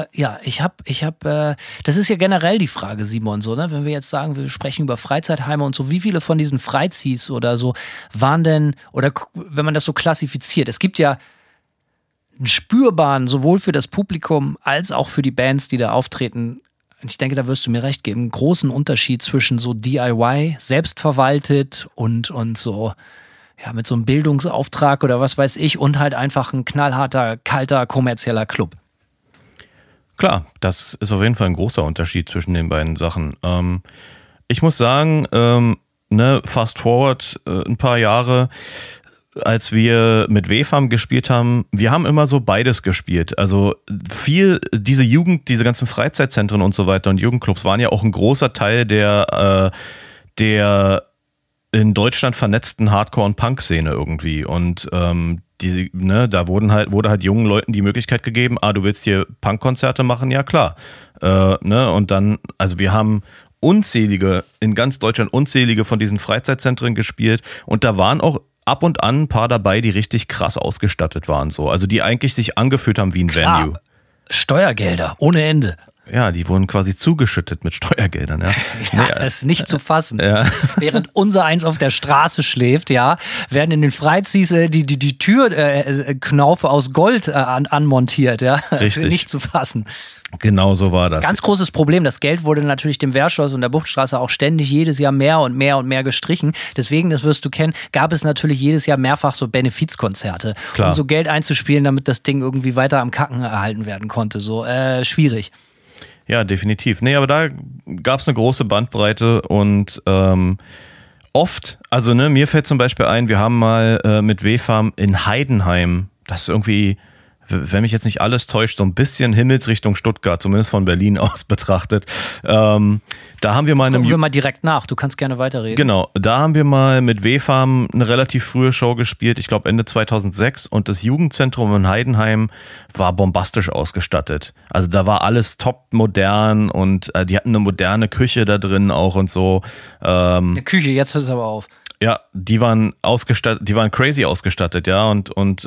ich hab, das ist ja generell die Frage, Simon, so, ne? Wenn wir jetzt sagen, wir sprechen über Freizeitheime und so, wie viele von diesen Freiziehs oder so waren denn, oder wenn man das so klassifiziert, es gibt ja einen spürbaren, sowohl für das Publikum als auch für die Bands, die da auftreten, Und ich denke, da wirst du mir recht geben, einen großen Unterschied zwischen so DIY, selbstverwaltet und so, ja, mit so einem Bildungsauftrag oder was weiß ich und halt einfach ein knallharter, kalter, kommerzieller Club.
Klar, das ist auf jeden Fall ein großer Unterschied zwischen den beiden Sachen. Ich muss sagen, fast forward ein paar Jahre, als wir mit WFAM gespielt haben, wir haben immer so beides gespielt. Also viel, diese ganzen Freizeitzentren und so weiter und Jugendclubs waren ja auch ein großer Teil der in Deutschland vernetzten Hardcore- und Punk-Szene irgendwie. Und da wurde halt jungen Leuten die Möglichkeit gegeben, du willst hier Punk-Konzerte machen? Ja, klar. Und dann, also wir haben in ganz Deutschland unzählige von diesen Freizeitzentren gespielt und da waren auch ab und an ein paar dabei, die richtig krass ausgestattet waren, so. Also die eigentlich sich angefühlt haben wie ein Venue.
Steuergelder ohne Ende.
Ja, die wurden quasi zugeschüttet mit Steuergeldern, ja.
Das ist nicht zu fassen.
Ja.
Während unser eins auf der Straße schläft, ja, werden in den Freizis die Türknaufe aus Gold anmontiert, ja. Das ist nicht zu fassen.
Genau so war das.
Ganz großes Problem. Das Geld wurde natürlich dem Wehrschloss und der Buchtstraße auch ständig jedes Jahr mehr und mehr und mehr gestrichen. Deswegen, das wirst du kennen, gab es natürlich jedes Jahr mehrfach so Benefizkonzerte, um so Geld einzuspielen, damit das Ding irgendwie weiter am Kacken erhalten werden konnte. So, schwierig.
Ja, definitiv. Nee, aber da gab es eine große Bandbreite und oft, also mir fällt zum Beispiel ein, wir haben mal mit WFAM in Heidenheim, das ist irgendwie, wenn mich jetzt nicht alles täuscht, so ein bisschen Himmelsrichtung Stuttgart, zumindest von Berlin aus betrachtet. Da haben wir mal
Gucken wir mal direkt nach, du kannst gerne weiterreden.
Genau, da haben wir mal mit WFAM eine relativ frühe Show gespielt, ich glaube Ende 2006 und das Jugendzentrum in Heidenheim war bombastisch ausgestattet. Also da war alles top modern und die hatten eine moderne Küche da drin auch und so.
Eine Küche, jetzt hört es aber auf.
Ja, die waren crazy ausgestattet, ja, und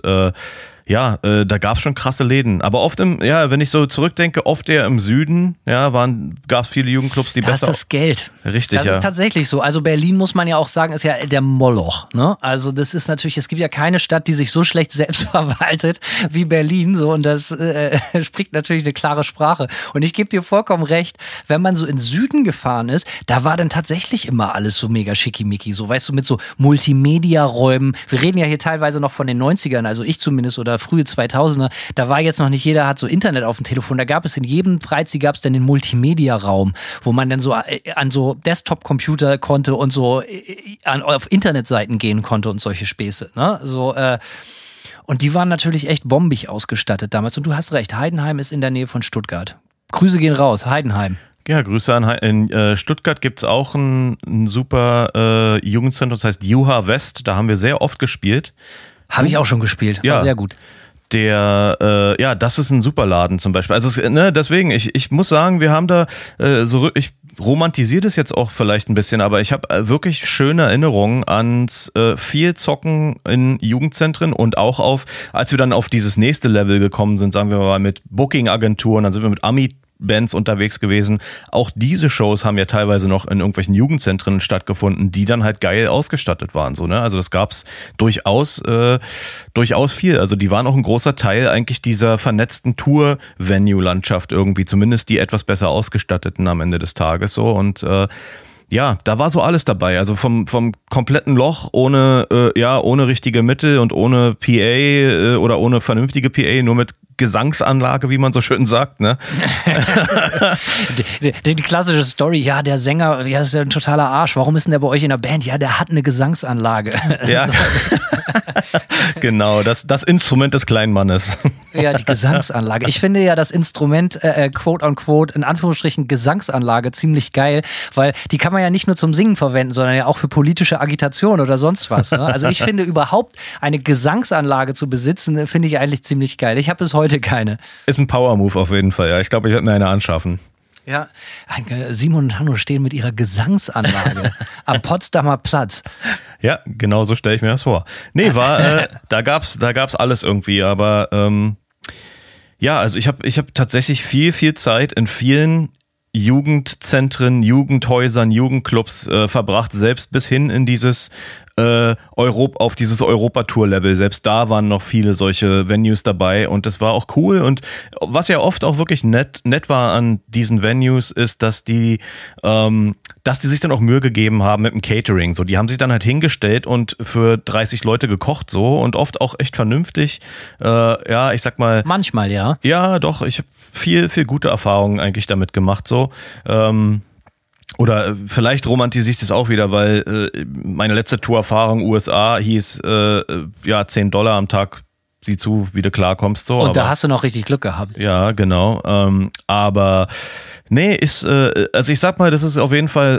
da gab es schon krasse Läden. Aber oft wenn ich so zurückdenke, oft eher im Süden, ja, gab es viele Jugendclubs, die besser.
Das ist das Geld.
Richtig,
das ist tatsächlich so. Also Berlin, muss man ja auch sagen, ist ja der Moloch, ne? Also das ist natürlich, es gibt ja keine Stadt, die sich so schlecht selbst verwaltet wie Berlin, so, und das spricht natürlich eine klare Sprache. Und ich gebe dir vollkommen recht, wenn man so in Süden gefahren ist, da war dann tatsächlich immer alles so mega schickimicki, so, weißt du, mit so Multimedia-Räumen. Wir reden ja hier teilweise noch von den 90ern, also ich zumindest, oder frühe 2000er, da war jetzt noch nicht jeder hat so Internet auf dem Telefon, da gab es in jedem Freizeit gab es dann den Multimedia-Raum, wo man dann so an so Desktop-Computer konnte und so auf Internetseiten gehen konnte und solche Späße, ne? So, und die waren natürlich echt bombig ausgestattet damals und du hast recht, Heidenheim ist in der Nähe von Stuttgart. Grüße gehen raus, Heidenheim.
Ja, Grüße an in Stuttgart gibt es auch ein super Jugendzentrum, das heißt Juha West, da haben wir sehr oft gespielt.
Habe ich auch schon gespielt, war sehr gut.
Das ist ein super Laden zum Beispiel. Also deswegen, ich muss sagen, wir haben da ich romantisiere das jetzt auch vielleicht ein bisschen, aber ich habe wirklich schöne Erinnerungen ans viel Zocken in Jugendzentren und auch als wir dann auf dieses nächste Level gekommen sind, sagen wir mal mit Booking-Agenturen, dann sind wir mit Bands unterwegs gewesen. Auch diese Shows haben ja teilweise noch in irgendwelchen Jugendzentren stattgefunden, die dann halt geil ausgestattet waren. So, ne? Also das gab's durchaus viel. Also die waren auch ein großer Teil eigentlich dieser vernetzten Tour-Venue-Landschaft irgendwie, zumindest die etwas besser ausgestatteten am Ende des Tages. So und da war so alles dabei. Also vom kompletten Loch ohne richtige Mittel und ohne PA oder ohne vernünftige PA, nur mit Gesangsanlage, wie man so schön sagt, ne?
Die klassische Story, ja, der Sänger, ja, ist ja ein totaler Arsch. Warum ist denn der bei euch in der Band? Ja, der hat eine Gesangsanlage.
Ja. Genau, das Instrument des kleinen Mannes.
Ja, die Gesangsanlage. Ich finde ja das Instrument, quote unquote, in Anführungsstrichen Gesangsanlage, ziemlich geil, weil die kann man ja nicht nur zum Singen verwenden, sondern ja auch für politische Agitation oder sonst was. Ne? Also ich finde überhaupt eine Gesangsanlage zu besitzen, finde ich eigentlich ziemlich geil. Ich habe bis heute keine.
Ist ein Power-Move auf jeden Fall, ja. Ich glaube, ich werde mir eine anschaffen.
Ja, Simon und Hanno stehen mit ihrer Gesangsanlage am Potsdamer Platz.
Ja, genau so stelle ich mir das vor. Nee, da gab's alles irgendwie, aber also ich hab tatsächlich viel Zeit in vielen Jugendzentren, Jugendhäusern, Jugendclubs verbracht, selbst bis hin in dieses auf dieses Europa-Tour-Level. Selbst da waren noch viele solche Venues dabei und das war auch cool. Und was ja oft auch wirklich nett war an diesen Venues, ist, dass die sich dann auch Mühe gegeben haben mit dem Catering. So, die haben sich dann halt hingestellt und für 30 Leute gekocht so und oft auch echt vernünftig. Ja, ich sag mal.
Manchmal, ja.
Ja, doch. Ich habe viel gute Erfahrungen eigentlich damit gemacht so. Oder vielleicht romantisiere ich das auch wieder, weil meine letzte Tourerfahrung USA hieß $10 am Tag, sieh zu, wie du klarkommst. So.
Und da hast du noch richtig Glück gehabt.
Ja, genau. Aber nee, also ich sag mal, das ist auf jeden Fall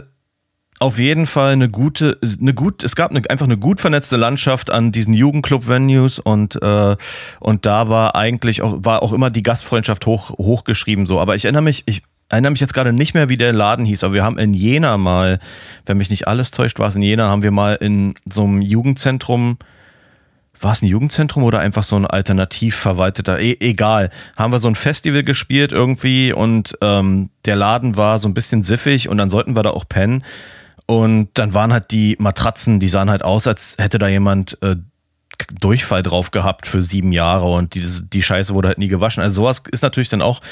es gab einfach eine gut vernetzte Landschaft an diesen Jugendclub-Venues und da war auch immer die Gastfreundschaft hochgeschrieben so. Aber ich erinnere mich jetzt gerade nicht mehr, wie der Laden hieß, aber wir haben in Jena mal, wenn mich nicht alles täuscht, haben wir mal in so einem Jugendzentrum, war es ein Jugendzentrum oder einfach so ein alternativ verwalteter, egal, haben wir so ein Festival gespielt irgendwie und der Laden war so ein bisschen siffig und dann sollten wir da auch pennen und dann waren halt die Matratzen, die sahen halt aus, als hätte da jemand Durchfall drauf gehabt für 7 Jahre und die Scheiße wurde halt nie gewaschen. Also sowas ist natürlich dann auch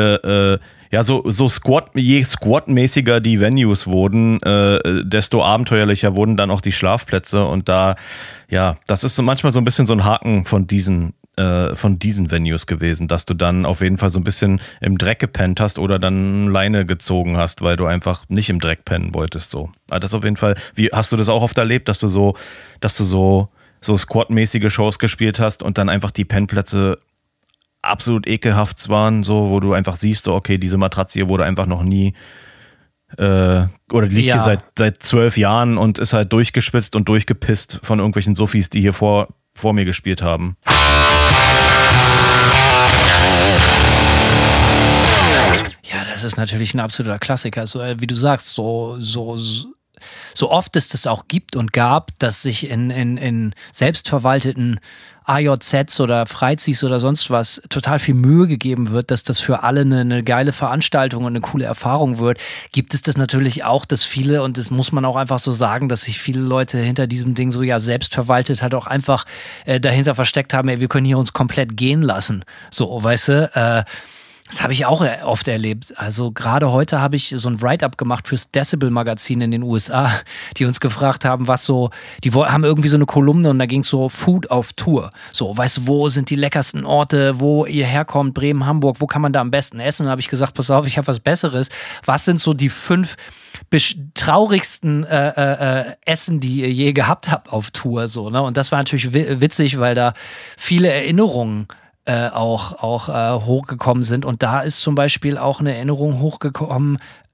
so je squat-mäßiger die Venues wurden, desto abenteuerlicher wurden dann auch die Schlafplätze und das ist so manchmal so ein bisschen so ein Haken von diesen Venues gewesen, dass du dann auf jeden Fall so ein bisschen im Dreck gepennt hast oder dann Leine gezogen hast, weil du einfach nicht im Dreck pennen wolltest, so. Aber das auf jeden Fall, wie hast du das auch oft erlebt, dass du so squat-mäßige Shows gespielt hast und dann einfach die Pennplätze absolut ekelhaft waren, so, wo du einfach siehst, so, okay, diese Matratze hier wurde einfach noch nie oder liegt hier seit 12 Jahren und ist halt durchgespitzt und durchgepisst von irgendwelchen Sophies, die hier vor mir gespielt haben.
Ja, das ist natürlich ein absoluter Klassiker. So, wie du sagst, so oft es das auch gibt und gab, dass sich in selbstverwalteten AJZs oder Freizis oder sonst was total viel Mühe gegeben wird, dass das für alle eine geile Veranstaltung und eine coole Erfahrung wird, gibt es das natürlich auch, dass viele, und das muss man auch einfach so sagen, dass sich viele Leute hinter diesem Ding so selbstverwaltet halt auch einfach dahinter versteckt haben, wir können hier uns komplett gehen lassen. So, weißt du, das habe ich auch oft erlebt. Also gerade heute habe ich so ein Write-up gemacht fürs Decibel-Magazin in den USA, die uns gefragt haben, die haben irgendwie so eine Kolumne und da ging es so Food auf Tour. So, weißt du, wo sind die leckersten Orte, wo ihr herkommt, Bremen, Hamburg, wo kann man da am besten essen? Und da habe ich gesagt, pass auf, ich habe was Besseres. Was sind so die 5 traurigsten Essen, die ihr je gehabt habt auf Tour? So, ne? Und das war natürlich witzig, weil da viele Erinnerungen auch hochgekommen sind. Und da ist zum Beispiel auch eine Erinnerung hochgekommen,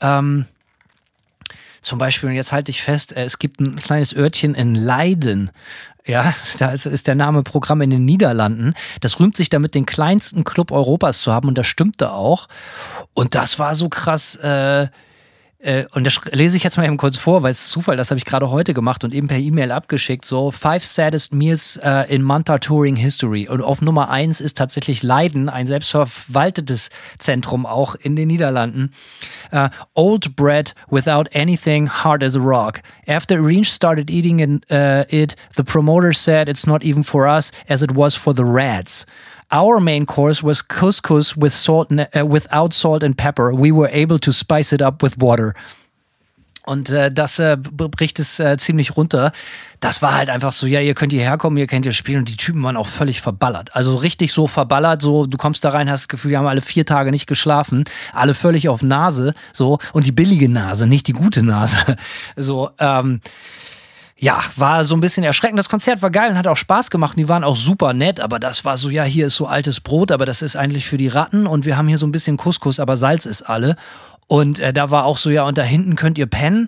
zum Beispiel, und jetzt halte ich fest, es gibt ein kleines Örtchen in Leiden. Ja, da ist der Name Programm in den Niederlanden. Das rühmt sich damit, den kleinsten Club Europas zu haben und das stimmte auch. Und das war so krass, und das lese ich jetzt mal eben kurz vor, weil es ist Zufall, das habe ich gerade heute gemacht und eben per E-Mail abgeschickt, so 5 saddest meals in Manta Touring History. Und auf Nummer 1 ist tatsächlich Leiden, ein selbstverwaltetes Zentrum auch in den Niederlanden. Old bread without anything, hard as a rock. After Irene started eating it, the promoter said it's not even for us as it was for the rats. Our main course was couscous with without salt and pepper. We were able to spice it up with water. Und das bricht es ziemlich runter. Das war halt einfach so, ja, ihr könnt hierher kommen, ihr könnt hier spielen. Und die Typen waren auch völlig verballert. Also richtig so verballert, so du kommst da rein, hast das Gefühl, die haben alle 4 Tage nicht geschlafen. Alle völlig auf Nase, so. Und die billige Nase, nicht die gute Nase. So, ja, war so ein bisschen erschreckend. Das Konzert war geil und hat auch Spaß gemacht. Die waren auch super nett, aber das war so, ja, hier ist so altes Brot, aber das ist eigentlich für die Ratten und wir haben hier so ein bisschen Couscous, aber Salz ist alle. Und da war auch so, ja, und da hinten könnt ihr pennen.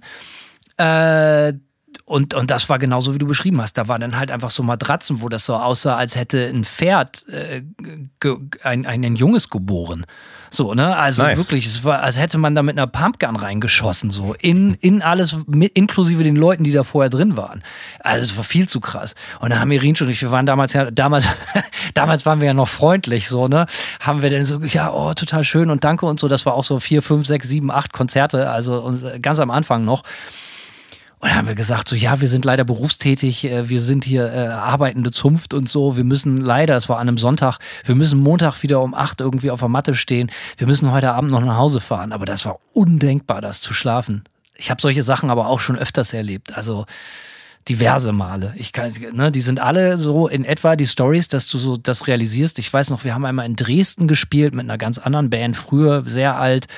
Und das war genauso, wie du beschrieben hast. Da waren dann halt einfach so Matratzen, wo das so aussah, als hätte ein Pferd ein Junges geboren. So, ne? Also nice. Wirklich, es war, als hätte man da mit einer Pumpgun reingeschossen, so. In alles, inklusive den Leuten, die da vorher drin waren. Also es war viel zu krass. Und da haben Irin und ich, wir waren damals waren wir ja noch freundlich, so, ne? Haben wir dann so, ja, oh, total schön und danke und so. Das war auch so 4, 5, 6, 7, 8 Konzerte, also ganz am Anfang noch. Und dann haben wir gesagt, so ja, wir sind leider berufstätig, wir sind hier arbeitende Zunft und so, wir müssen leider, das war an einem Sonntag, wir müssen Montag wieder um 8 irgendwie auf der Matte stehen, wir müssen heute Abend noch nach Hause fahren. Aber das war undenkbar, das zu schlafen. Ich habe solche Sachen aber auch schon öfters erlebt, also diverse Male. Die sind alle so in etwa die Stories, dass du so das realisierst. Ich weiß noch, wir haben einmal in Dresden gespielt mit einer ganz anderen Band, früher sehr alt,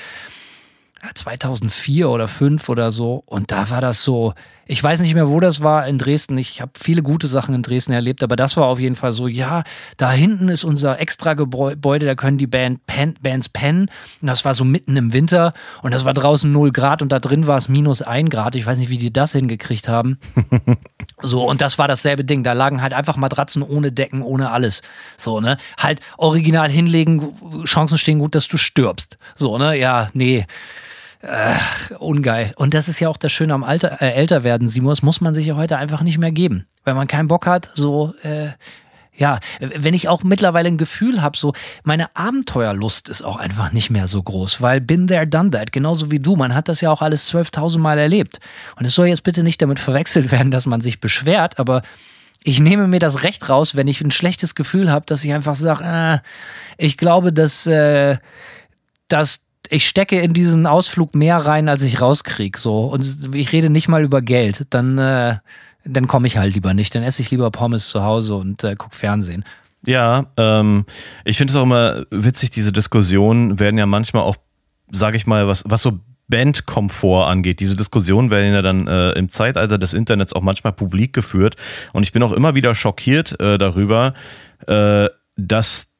2004 oder 2005 oder so. Und da war das so, ich weiß nicht mehr, wo das war in Dresden. Ich habe viele gute Sachen in Dresden erlebt, aber das war auf jeden Fall so, ja, da hinten ist unser Extra-Gebäude, da können die Bands pennen. Und das war so mitten im Winter und das war draußen 0 Grad und da drin war es -1 Grad. Ich weiß nicht, wie die das hingekriegt haben. So, und das war dasselbe Ding. Da lagen halt einfach Matratzen ohne Decken, ohne alles. So, ne? Halt original hinlegen, Chancen stehen gut, dass du stirbst. So, ne? Ja, nee. Ungeil. Und das ist ja auch das Schöne am Älterwerden, Simon, das muss man sich ja heute einfach nicht mehr geben. Wenn man keinen Bock hat, so, ja, wenn ich auch mittlerweile ein Gefühl habe, so, meine Abenteuerlust ist auch einfach nicht mehr so groß, weil been there, done that, genauso wie du, man hat das ja auch alles 12.000 Mal erlebt. Und es soll jetzt bitte nicht damit verwechselt werden, dass man sich beschwert, aber ich nehme mir das Recht raus, wenn ich ein schlechtes Gefühl habe, dass ich einfach sage, ich glaube, dass ich stecke in diesen Ausflug mehr rein, als ich rauskriege. So. Und ich rede nicht mal über Geld. Dann komme ich halt lieber nicht. Dann esse ich lieber Pommes zu Hause und gucke Fernsehen.
Ja, ich finde es auch immer witzig, diese Diskussionen werden ja manchmal auch, sage ich mal, was so Bandkomfort angeht. Diese Diskussionen werden ja dann im Zeitalter des Internets auch manchmal publik geführt. Und ich bin auch immer wieder schockiert darüber, dass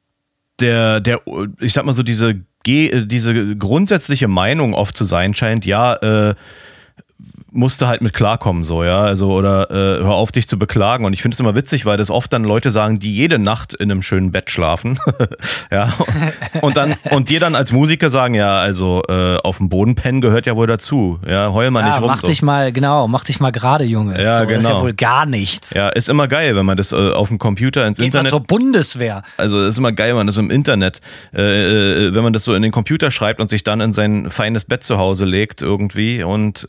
ich sag mal so, diese grundsätzliche Meinung oft zu sein scheint, ja, musste halt mit klarkommen, so, ja, also, oder hör auf, dich zu beklagen. Und ich finde es immer witzig, weil das oft dann Leute sagen, die jede Nacht in einem schönen Bett schlafen, ja, und dir dann als Musiker sagen, ja, also auf dem Boden pennen gehört ja wohl dazu, ja, heul mal nicht rum.
Mach dich mal gerade, Junge.
Ja,
so,
genau.
Das ist ja wohl gar nichts.
Ja, ist immer geil, wenn man das auf dem Computer ins Internet.
Geht mal zur Bundeswehr.
Also ist immer geil, wenn man das im Internet, wenn man das so in den Computer schreibt und sich dann in sein feines Bett zu Hause legt irgendwie und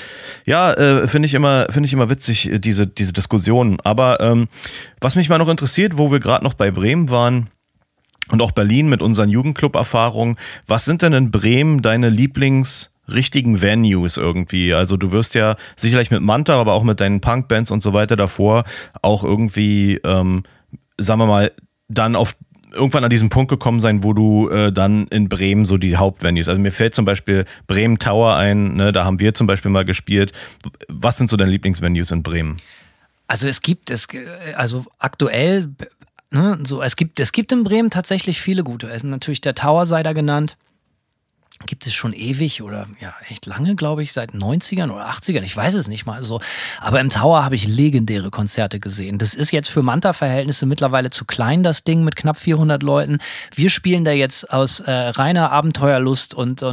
finde ich immer witzig, diese Diskussionen. Aber was mich mal noch interessiert, wo wir gerade noch bei Bremen waren und auch Berlin mit unseren Jugendclub-Erfahrungen, was sind denn in Bremen deine richtigen Venues irgendwie? Also du wirst ja sicherlich mit Manta, aber auch mit deinen Punkbands und so weiter davor auch irgendwie, sagen wir mal, dann irgendwann an diesen Punkt gekommen sein, wo du dann in Bremen so die Hauptvenues, also mir fällt zum Beispiel Bremen Tower ein, ne, da haben wir zum Beispiel mal gespielt. Was sind so deine Lieblingsvenues in Bremen?
Also also aktuell, ne, so es gibt in Bremen tatsächlich viele gute. Also natürlich der Tower sei da genannt. Gibt es schon ewig oder ja echt lange, glaube ich, seit 90ern oder 80ern, ich weiß es nicht mal so. Aber im Tower habe ich legendäre Konzerte gesehen. Das ist jetzt für Manta-Verhältnisse mittlerweile zu klein, das Ding mit knapp 400 Leuten. Wir spielen da jetzt aus reiner Abenteuerlust und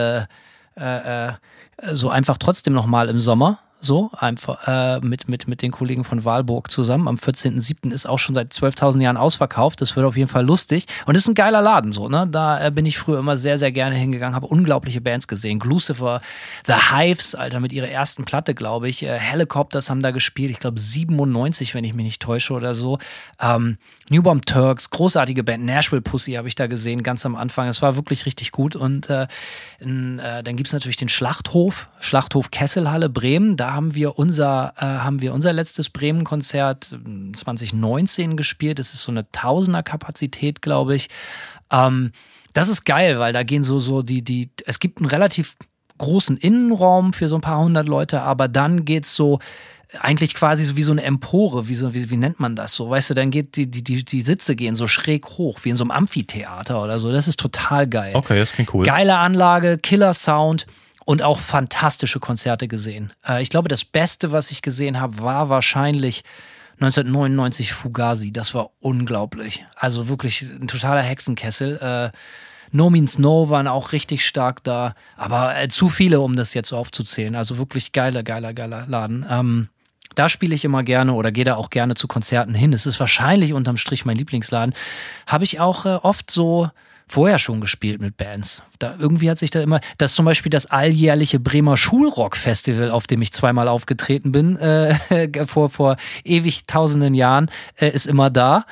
so einfach trotzdem nochmal im Sommer. So, einfach mit den Kollegen von Walburg zusammen. Am 14.07. ist auch schon seit 12.000 Jahren ausverkauft. Das wird auf jeden Fall lustig. Und ist ein geiler Laden, so, ne? Da bin ich früher immer sehr, sehr gerne hingegangen, habe unglaubliche Bands gesehen. Glucifer, The Hives, Alter, mit ihrer ersten Platte, glaube ich. Helicopters haben da gespielt, ich glaube 97, wenn ich mich nicht täusche oder so. New Bomb Turks, großartige Band. Nashville Pussy habe ich da gesehen, ganz am Anfang. Es war wirklich richtig gut. Und dann gibt's natürlich den Schlachthof Kesselhalle Bremen. Da haben wir unser letztes Bremen-Konzert 2019 gespielt. Das ist so eine 1000er-Kapazität, glaube ich. Das ist geil, weil da gehen so es gibt einen relativ großen Innenraum für so ein paar hundert Leute, aber dann geht's so eigentlich quasi so wie so eine Empore, wie nennt man das so, weißt du, dann geht die Sitze gehen so schräg hoch, wie in so einem Amphitheater oder so. Das ist total geil.
Okay, das klingt cool.
Geile Anlage, Killer Sound. Und auch fantastische Konzerte gesehen. Ich glaube, das Beste, was ich gesehen habe, war wahrscheinlich 1999 Fugazi. Das war unglaublich. Also wirklich ein totaler Hexenkessel. No Means No waren auch richtig stark da. Aber zu viele, um das jetzt so aufzuzählen. Also wirklich geiler Laden. Da spiele ich immer gerne oder gehe da auch gerne zu Konzerten hin. Es ist wahrscheinlich unterm Strich mein Lieblingsladen. Habe ich auch oft so vorher schon gespielt mit Bands. Da irgendwie hat sich da immer, das zum Beispiel das alljährliche Bremer Schulrock-Festival, auf dem ich zweimal aufgetreten bin, vor ewig tausenden Jahren, ist immer da.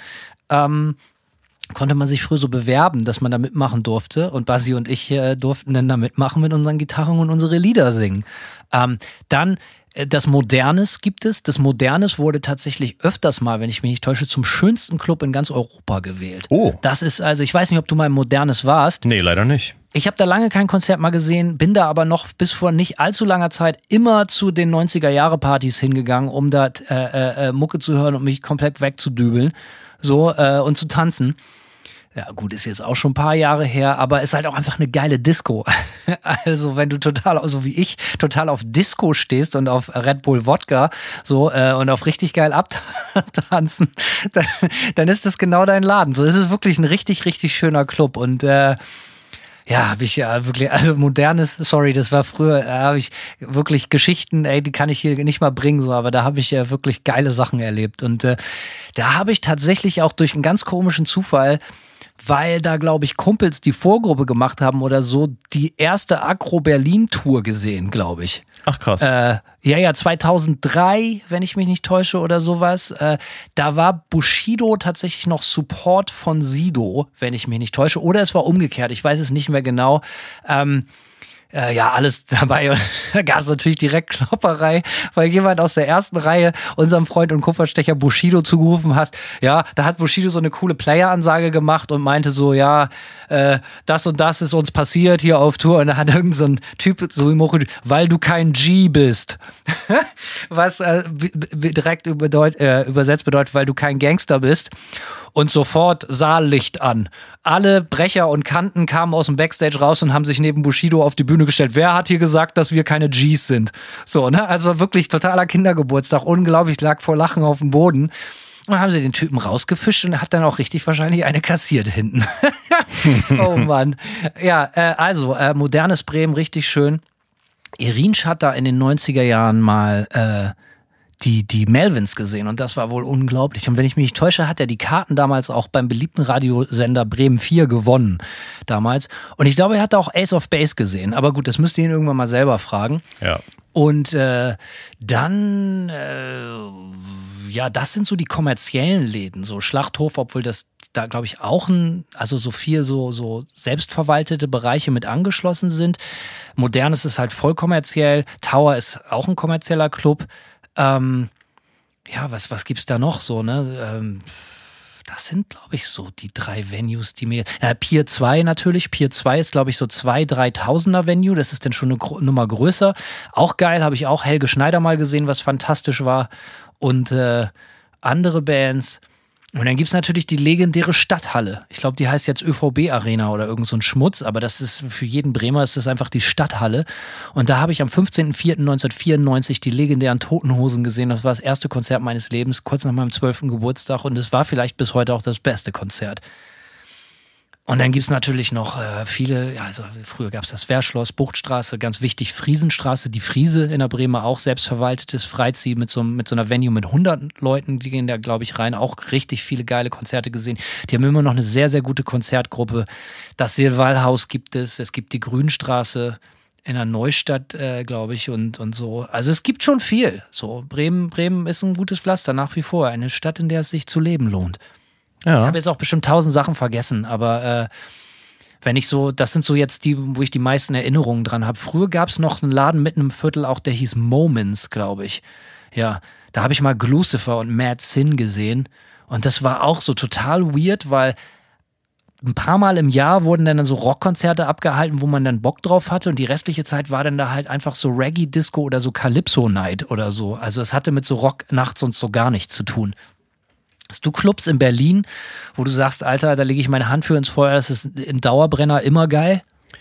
Konnte man sich früher so bewerben, dass man da mitmachen durfte. Und Basi und ich durften dann da mitmachen mit unseren Gitarren und unsere Lieder singen. Dann das Modernes gibt es. Das Modernes wurde tatsächlich öfters mal, wenn ich mich nicht täusche, zum schönsten Club in ganz Europa gewählt.
Oh.
Das ist also, ich weiß nicht, ob du mal im Modernes warst.
Nee, leider nicht.
Ich habe da lange kein Konzert mal gesehen, bin da aber noch bis vor nicht allzu langer Zeit immer zu den 90er-Jahre-Partys hingegangen, um da Mucke zu hören und mich komplett wegzudübeln so und zu tanzen. Ja gut, ist jetzt auch schon ein paar Jahre her, aber ist halt auch einfach eine geile Disco. Also wenn du total, so wie ich, total auf Disco stehst und auf Red Bull Wodka so und auf richtig geil abtanzen, dann ist das genau dein Laden. So ist es wirklich ein richtig, richtig schöner Club und ja, habe ich ja wirklich, also Modernes, sorry, das war früher, habe ich wirklich Geschichten, die kann ich hier nicht mal bringen, so, aber da habe ich ja wirklich geile Sachen erlebt. Und da habe ich tatsächlich auch durch einen ganz komischen Zufall, weil da, glaube ich, Kumpels die Vorgruppe gemacht haben oder so, die erste Agro-Berlin-Tour gesehen, glaube ich.
Ach krass.
Ja, 2003, wenn ich mich nicht täusche oder sowas. Da war Bushido tatsächlich noch Support von Sido, wenn ich mich nicht täusche. Oder es war umgekehrt, ich weiß es nicht mehr genau. Ja, alles dabei. Und da gab es natürlich direkt Klopperei, weil jemand aus der ersten Reihe unserem Freund und Kupferstecher Bushido zugerufen hat. Ja, da hat Bushido so eine coole Player-Ansage gemacht und meinte so, ja, das und das ist uns passiert hier auf Tour. Und da hat irgend so ein Typ so weil du kein G bist. Was direkt übersetzt bedeutet, weil du kein Gangster bist. Und sofort Saallicht an. Alle Brecher und Kanten kamen aus dem Backstage raus und haben sich neben Bushido auf die Bühne gestellt. Wer hat hier gesagt, dass wir keine Gs sind? So, ne? Also wirklich totaler Kindergeburtstag. Unglaublich, lag vor Lachen auf dem Boden. Und dann haben sie den Typen rausgefischt und er hat dann auch richtig wahrscheinlich eine kassiert hinten. Oh Mann. Ja, also modernes Bremen, richtig schön. Irinsch hat da in den 90er Jahren mal die Melvins gesehen und das war wohl unglaublich. Und wenn ich mich nicht täusche, hat er die Karten damals auch beim beliebten Radiosender Bremen 4 gewonnen damals. Und ich glaube, er hat auch Ace of Base gesehen. Aber gut, das müsst ihr ihn irgendwann mal selber fragen. Ja. Und dann, ja, das sind so die kommerziellen Läden, so Schlachthof, obwohl das da, glaube ich, auch also so viel so selbstverwaltete Bereiche mit angeschlossen sind. Modernes ist halt voll kommerziell. Tower ist auch ein kommerzieller Club. Ja, was gibt's da noch so, ne? Das sind, glaube ich, so die 3 Venues, die mir... Pier 2 natürlich. Pier 2 ist, glaube ich, so 2.000-3.000er Venue. Das ist dann schon eine Nummer größer. Auch geil, habe ich auch Helge Schneider mal gesehen, was fantastisch war. Und andere Bands... Und dann gibt's natürlich die legendäre Stadthalle. Ich glaube, die heißt jetzt ÖVB Arena oder irgend so ein Schmutz, aber das ist für jeden Bremer ist das einfach die Stadthalle. Und da habe ich am 15.04.1994 die legendären Toten Hosen gesehen. Das war das erste Konzert meines Lebens, kurz nach meinem 12. Geburtstag. Und es war vielleicht bis heute auch das beste Konzert. Und dann gibt's natürlich noch viele, ja, also früher gab's das Wehrschloss, Buchtstraße, ganz wichtig, Friesenstraße, die Friese in der Bremer, auch selbstverwaltetes Freizeit mit so einer Venue mit 100 Leuten, die gehen da, glaube ich, rein, auch richtig viele geile Konzerte gesehen. Die haben immer noch eine sehr, sehr gute Konzertgruppe. Das Silvalhaus gibt es gibt die Grünstraße in der Neustadt, glaube ich, und so. Also es gibt schon viel. So, Bremen ist ein gutes Pflaster nach wie vor, eine Stadt, in der es sich zu leben lohnt. Ja. Ich habe jetzt auch bestimmt 1000 Sachen vergessen, aber wenn ich so, das sind so jetzt die, wo ich die meisten Erinnerungen dran habe. Früher gab es noch einen Laden mitten im Viertel, auch der hieß Moments, glaube ich. Ja, da habe ich mal Glucifer und Mad Sin gesehen und das war auch so total weird, weil ein paar Mal im Jahr wurden dann so Rockkonzerte abgehalten, wo man dann Bock drauf hatte und die restliche Zeit war dann da halt einfach so Reggae-Disco oder so Calypso-Night oder so. Also es hatte mit so Rock-Nacht sonst so gar nichts zu tun. Hast du Clubs in Berlin, wo du sagst, Alter, da lege ich meine Hand für ins Feuer, das ist ein Dauerbrenner, immer geil?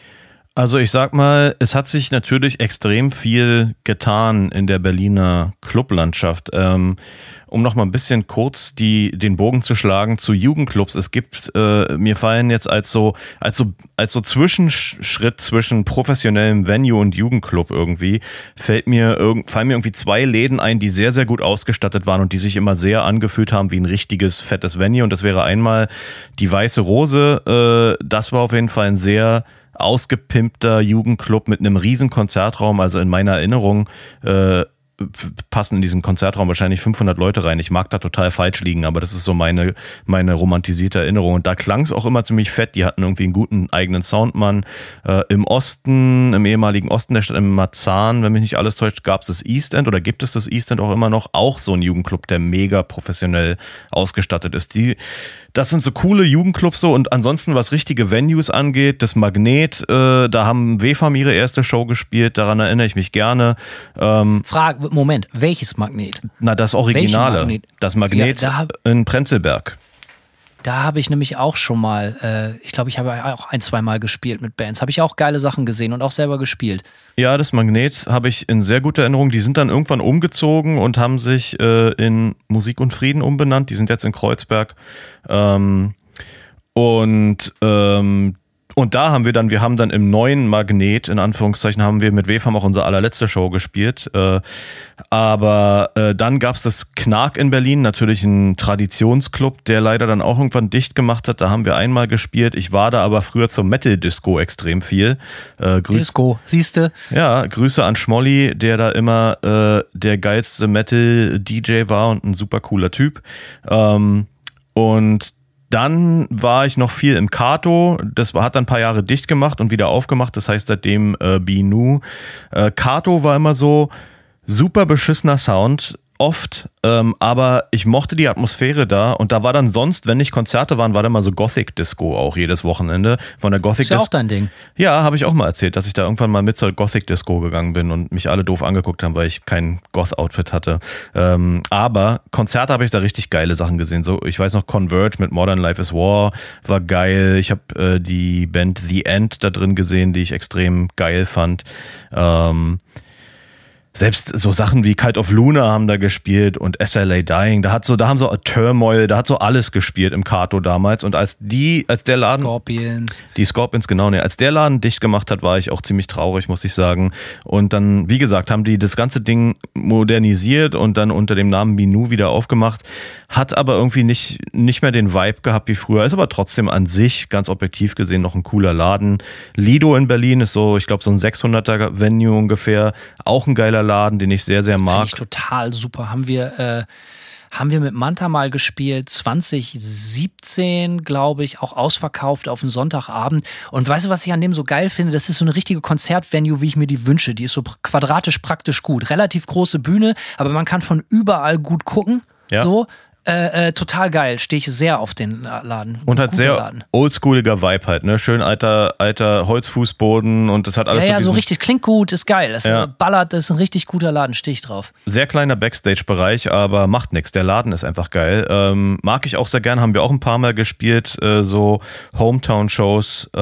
Also ich sag mal, es hat sich natürlich extrem viel getan in der Berliner Clublandschaft. Um noch mal ein bisschen kurz den Bogen zu schlagen zu Jugendclubs. Es gibt, mir fallen jetzt als so Zwischenschritt zwischen professionellem Venue und Jugendclub irgendwie, fallen mir irgendwie 2 Läden ein, die sehr, sehr gut ausgestattet waren und die sich immer sehr angefühlt haben wie ein richtiges fettes Venue. Und das wäre einmal die Weiße Rose. Das war auf jeden Fall ein sehr ausgepimpter Jugendclub mit einem riesen Konzertraum, also in meiner Erinnerung passen in diesen Konzertraum wahrscheinlich 500 Leute rein. Ich mag da total falsch liegen, aber das ist so meine romantisierte Erinnerung. Und da klang es auch immer ziemlich fett. Die hatten irgendwie einen guten eigenen Soundmann. Im ehemaligen Osten der Stadt, im Marzahn, wenn mich nicht alles täuscht, gab es das East End oder gibt es das East End auch immer noch. Auch so ein Jugendclub, der mega professionell ausgestattet ist. Das sind so coole Jugendclubs so und ansonsten, was richtige Venues angeht, das Magnet, da haben WFAM ihre erste Show gespielt, daran erinnere ich mich gerne.
Moment, welches Magnet?
Na, das Originale. Magnet? Das Magnet in Prenzlberg.
Da habe ich nämlich auch schon mal, ich glaube, ich habe auch 1-2 Mal gespielt mit Bands. Habe ich auch geile Sachen gesehen und auch selber gespielt.
Ja, das Magnet habe ich in sehr guter Erinnerung. Die sind dann irgendwann umgezogen und haben sich in Musik und Frieden umbenannt. Die sind jetzt in Kreuzberg. Und da haben wir dann im neuen Magnet, in Anführungszeichen, haben wir mit WFAM auch unsere allerletzte Show gespielt. Aber dann gab es das Knark in Berlin, natürlich ein Traditionsclub, der leider dann auch irgendwann dicht gemacht hat. Da haben wir einmal gespielt. Ich war da aber früher zur Metal-Disco extrem viel.
Disco, siehste?
Ja, Grüße an Schmolli, der da immer der geilste Metal-DJ war und ein super cooler Typ. Und dann war ich noch viel im Kato, hat dann ein paar Jahre dicht gemacht und wieder aufgemacht, das heißt seitdem Binu. Kato war immer so super beschissener Sound, oft, aber ich mochte die Atmosphäre da und da war dann sonst, wenn nicht Konzerte waren, war da mal so Gothic-Disco auch jedes Wochenende. Von der Gothic-Disco.
Ist ja auch dein Ding.
Ja, habe ich auch mal erzählt, dass ich da irgendwann mal mit zur Gothic-Disco gegangen bin und mich alle doof angeguckt haben, weil ich kein Goth-Outfit hatte. Aber Konzerte habe ich da richtig geile Sachen gesehen. So, ich weiß noch, Converge mit Modern Life is War war geil. Ich habe die Band The End da drin gesehen, die ich extrem geil fand. Selbst so Sachen wie Cult of Luna haben da gespielt und SLA Dying, da haben so Turmoil, da hat so alles gespielt im Kato damals und als der Laden... Die Scorpions, genau, ne, als der Laden dicht gemacht hat, war ich auch ziemlich traurig, muss ich sagen. Und dann, wie gesagt, haben die das ganze Ding modernisiert und dann unter dem Namen Binu wieder aufgemacht, hat aber irgendwie nicht mehr den Vibe gehabt wie früher, ist aber trotzdem an sich, ganz objektiv gesehen, noch ein cooler Laden. Lido in Berlin ist so, ich glaube, so ein 600er Venue ungefähr, auch ein geiler Laden, den ich sehr, sehr mag.
Finde ich total super. Haben wir mit Manta mal gespielt, 2017, glaube ich, auch ausverkauft auf einen Sonntagabend. Und weißt du, was ich an dem so geil finde? Das ist so eine richtige Konzertvenue, wie ich mir die wünsche. Die ist so quadratisch praktisch gut. Relativ große Bühne, aber man kann von überall gut gucken. Ja. So. Total geil, stehe ich sehr auf den Laden.
Und hat sehr oldschooliger Vibe halt, ne? Schön alter Holzfußboden und das hat alles
ja, so richtig, klingt gut, ist geil. Das ballert, das ist ein richtig guter Laden, stehe ich drauf.
Sehr kleiner Backstage-Bereich, aber macht nichts. Der Laden ist einfach geil. Mag ich auch sehr gern, haben wir auch ein paar Mal gespielt, so Hometown-Shows.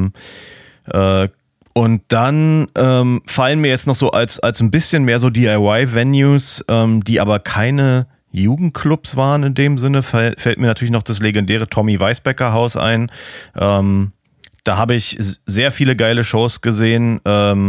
Und dann fallen mir jetzt noch so als ein bisschen mehr so DIY-Venues, die aber keine Jugendclubs waren in dem Sinne, fällt mir natürlich noch das legendäre Tommy Weisbecker Haus ein. Da habe ich sehr viele geile Shows gesehen.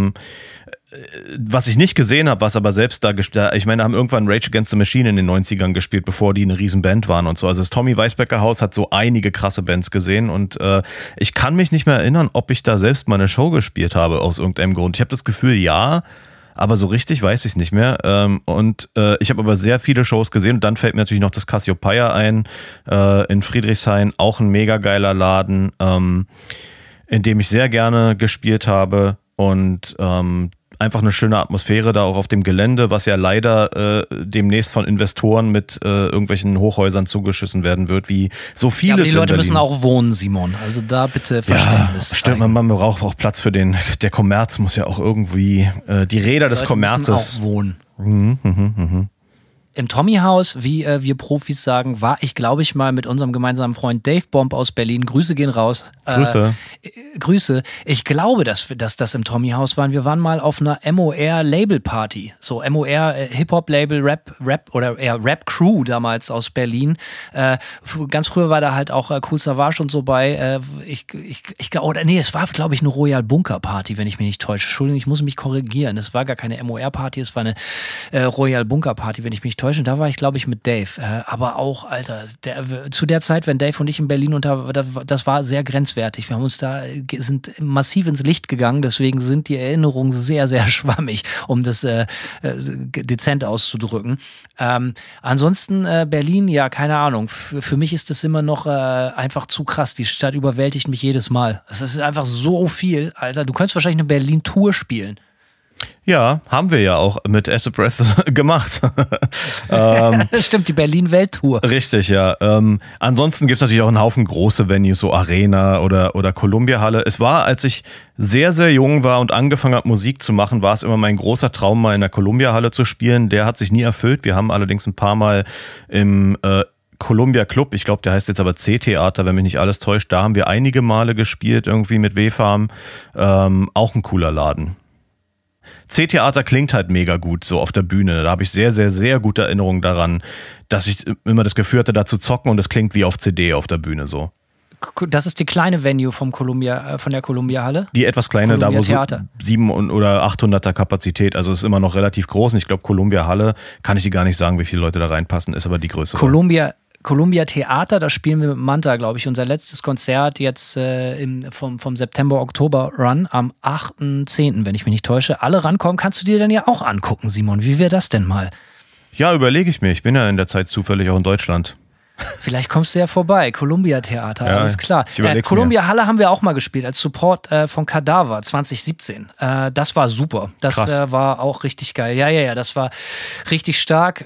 Was ich nicht gesehen habe, was aber selbst ich meine, haben irgendwann Rage Against the Machine in den 90ern gespielt, bevor die eine riesen Band waren und so. Also das Tommy Weisbecker Haus hat so einige krasse Bands gesehen und ich kann mich nicht mehr erinnern, ob ich da selbst mal eine Show gespielt habe aus irgendeinem Grund. Ich habe das Gefühl, ja, aber so richtig weiß ich es nicht mehr. Ich habe aber sehr viele Shows gesehen und dann fällt mir natürlich noch das Cassiopeia ein, in Friedrichshain, auch ein mega geiler Laden, in dem ich sehr gerne gespielt habe und einfach eine schöne Atmosphäre da auch auf dem Gelände, was ja leider demnächst von Investoren mit irgendwelchen Hochhäusern zugeschissen werden wird, wie so vieles in Berlin.
Ja, aber die Leute müssen auch wohnen, Simon. Also da bitte Verständnis.
Ja, stimmt, man braucht auch Platz für der Kommerz muss ja auch irgendwie, die Räder des Kommerzes.
Müssen auch wohnen. im Tommy-Haus, wie wir Profis sagen, war ich, glaube ich, mal mit unserem gemeinsamen Freund Dave Bomb aus Berlin. Grüße gehen raus. Grüße. Ich glaube, dass das im Tommy-Haus waren. Wir waren mal auf einer MOR-Label-Party. So MOR, Hip-Hop-Label, Rap oder eher Rap-Crew damals aus Berlin. Ganz früher war da halt auch Cool Savage und so bei. Es war, glaube ich, eine Royal Bunker-Party, wenn ich mich nicht täusche. Entschuldigung, ich muss mich korrigieren. Es war gar keine MOR-Party, es war eine Royal Bunker-Party, wenn ich mich täusche. Und da war ich, glaube ich, mit Dave. Aber auch, Alter, zu der Zeit, wenn Dave und ich in Berlin das war sehr grenzwertig. Wir haben uns sind massiv ins Licht gegangen, deswegen sind die Erinnerungen sehr, sehr schwammig, um das dezent auszudrücken. Ansonsten Berlin, ja, keine Ahnung. Für mich ist das immer noch einfach zu krass. Die Stadt überwältigt mich jedes Mal. Es ist einfach so viel, Alter. Du könntest wahrscheinlich eine Berlin-Tour spielen.
Ja, haben wir ja auch mit Acid Breath gemacht.
Stimmt, die Berlin-Welttour.
Richtig, ja. Ansonsten gibt es natürlich auch einen Haufen große Venues, so Arena oder Columbia-Halle. Es war, als ich sehr, sehr jung war und angefangen habe, Musik zu machen, war es immer mein großer Traum, mal in der Columbia-Halle zu spielen. Der hat sich nie erfüllt. Wir haben allerdings ein paar Mal im Columbia Club, ich glaube, der heißt jetzt aber C-Theater, wenn mich nicht alles täuscht, da haben wir einige Male gespielt, irgendwie mit W-Farm. Auch ein cooler Laden. C-Theater klingt halt mega gut, so auf der Bühne. Da habe ich sehr, sehr, sehr gute Erinnerungen daran, dass ich immer das Gefühl hatte, da zu zocken und es klingt wie auf CD auf der Bühne so.
Das ist die kleine Venue von der Columbia-Halle?
Die etwas kleine, da wo so 700 oder 800er Kapazität, also ist immer noch relativ groß. Und ich glaube, Columbia-Halle, kann ich dir gar nicht sagen, wie viele Leute da reinpassen, ist aber die größere.
Columbia Theater, da spielen wir mit Manta, glaube ich, unser letztes Konzert jetzt vom September-Oktober-Run am 8.10., wenn ich mich nicht täusche. Alle rankommen, kannst du dir dann ja auch angucken, Simon. Wie wäre das denn mal?
Ja, überlege ich mir. Ich bin ja in der Zeit zufällig auch in Deutschland.
Vielleicht kommst du ja vorbei. Columbia Theater, ja, alles klar.
Columbia
Halle haben wir auch mal gespielt als Support von Kadaver 2017. Das war super. Das war auch richtig geil. Ja, das war richtig stark.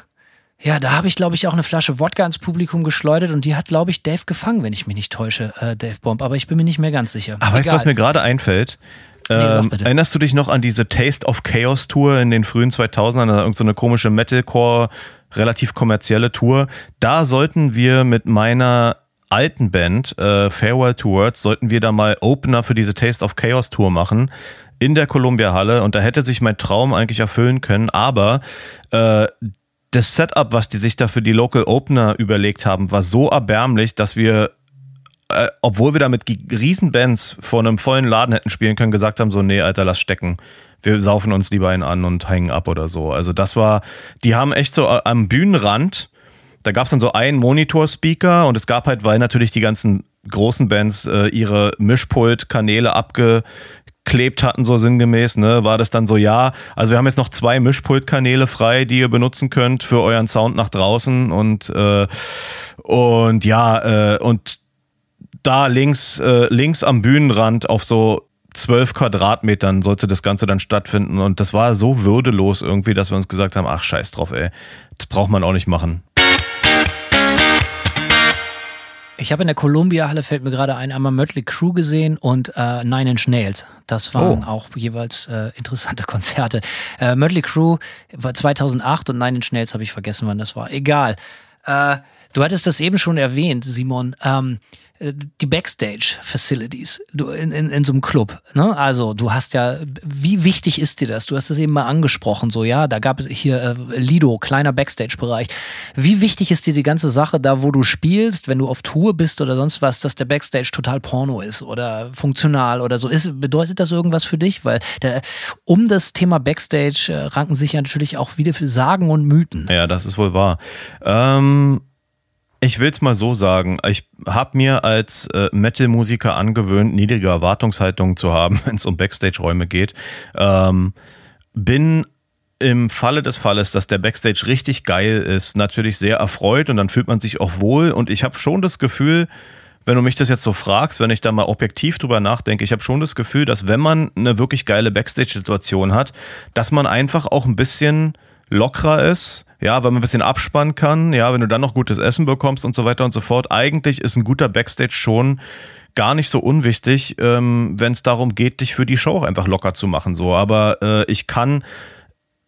Ja, da habe ich, glaube ich, auch eine Flasche Wodka ins Publikum geschleudert und die hat, glaube ich, Dave gefangen, wenn ich mich nicht täusche, Dave Bomb. Aber ich bin mir nicht mehr ganz sicher.
Aber weißt du, was mir gerade einfällt? Erinnerst du dich noch an diese Taste of Chaos Tour in den frühen 2000ern? Irgend so eine komische Metalcore, relativ kommerzielle Tour. Da sollten wir mit meiner alten Band, Farewell to Words, sollten wir da mal Opener für diese Taste of Chaos Tour machen in der Columbia Halle und da hätte sich mein Traum eigentlich erfüllen können, aber das Setup, was die sich da für die Local Opener überlegt haben, war so erbärmlich, dass wir, obwohl wir da mit Riesenbands vor einem vollen Laden hätten spielen können, gesagt haben, so, nee, Alter, lass stecken. Wir saufen uns lieber einen an und hängen ab oder so. Also das war, die haben echt so am Bühnenrand, da gab es dann so einen Monitor-Speaker und es gab halt, weil natürlich die ganzen großen Bands ihre Mischpult-Kanäle abgeklebt hatten, so sinngemäß, ne, war das dann so, ja, also wir haben jetzt noch 2 Mischpultkanäle frei, die ihr benutzen könnt für euren Sound nach draußen und da links am Bühnenrand auf so 12 Quadratmetern sollte das Ganze dann stattfinden und das war so würdelos irgendwie, dass wir uns gesagt haben, ach scheiß drauf, ey, das braucht man auch nicht machen.
Ich habe in der Columbia-Halle, fällt mir gerade ein, einmal Mötley Crüe gesehen und Nine Inch Nails. Das waren auch jeweils interessante Konzerte. Mötley Crüe war 2008 und Nine Inch Nails habe ich vergessen, wann das war. Egal. Du hattest das eben schon erwähnt, Simon. Die Backstage-Facilities in so einem Club, ne? Also du hast ja, wie wichtig ist dir das? Du hast das eben mal angesprochen, so ja, da gab es hier Lido, kleiner Backstage-Bereich. Wie wichtig ist dir die ganze Sache da, wo du spielst, wenn du auf Tour bist oder sonst was, dass der Backstage total Porno ist oder funktional oder so? Bedeutet das irgendwas für dich? Weil um das Thema Backstage ranken sich ja natürlich auch wieder für Sagen und Mythen.
Ja, das ist wohl wahr. Ich will es mal so sagen, ich habe mir als Metal-Musiker angewöhnt, niedrige Erwartungshaltungen zu haben, wenn es um Backstage-Räume geht. Bin im Falle des Falles, dass der Backstage richtig geil ist, natürlich sehr erfreut und dann fühlt man sich auch wohl und ich habe schon das Gefühl, wenn du mich das jetzt so fragst, wenn ich da mal objektiv drüber nachdenke, ich habe schon das Gefühl, dass wenn man eine wirklich geile Backstage-Situation hat, dass man einfach auch ein bisschen lockerer ist, ja, weil man ein bisschen abspannen kann, ja, wenn du dann noch gutes Essen bekommst und so weiter und so fort. Eigentlich ist ein guter Backstage schon gar nicht so unwichtig, wenn es darum geht, dich für die Show auch einfach locker zu machen, so. Aber ich kann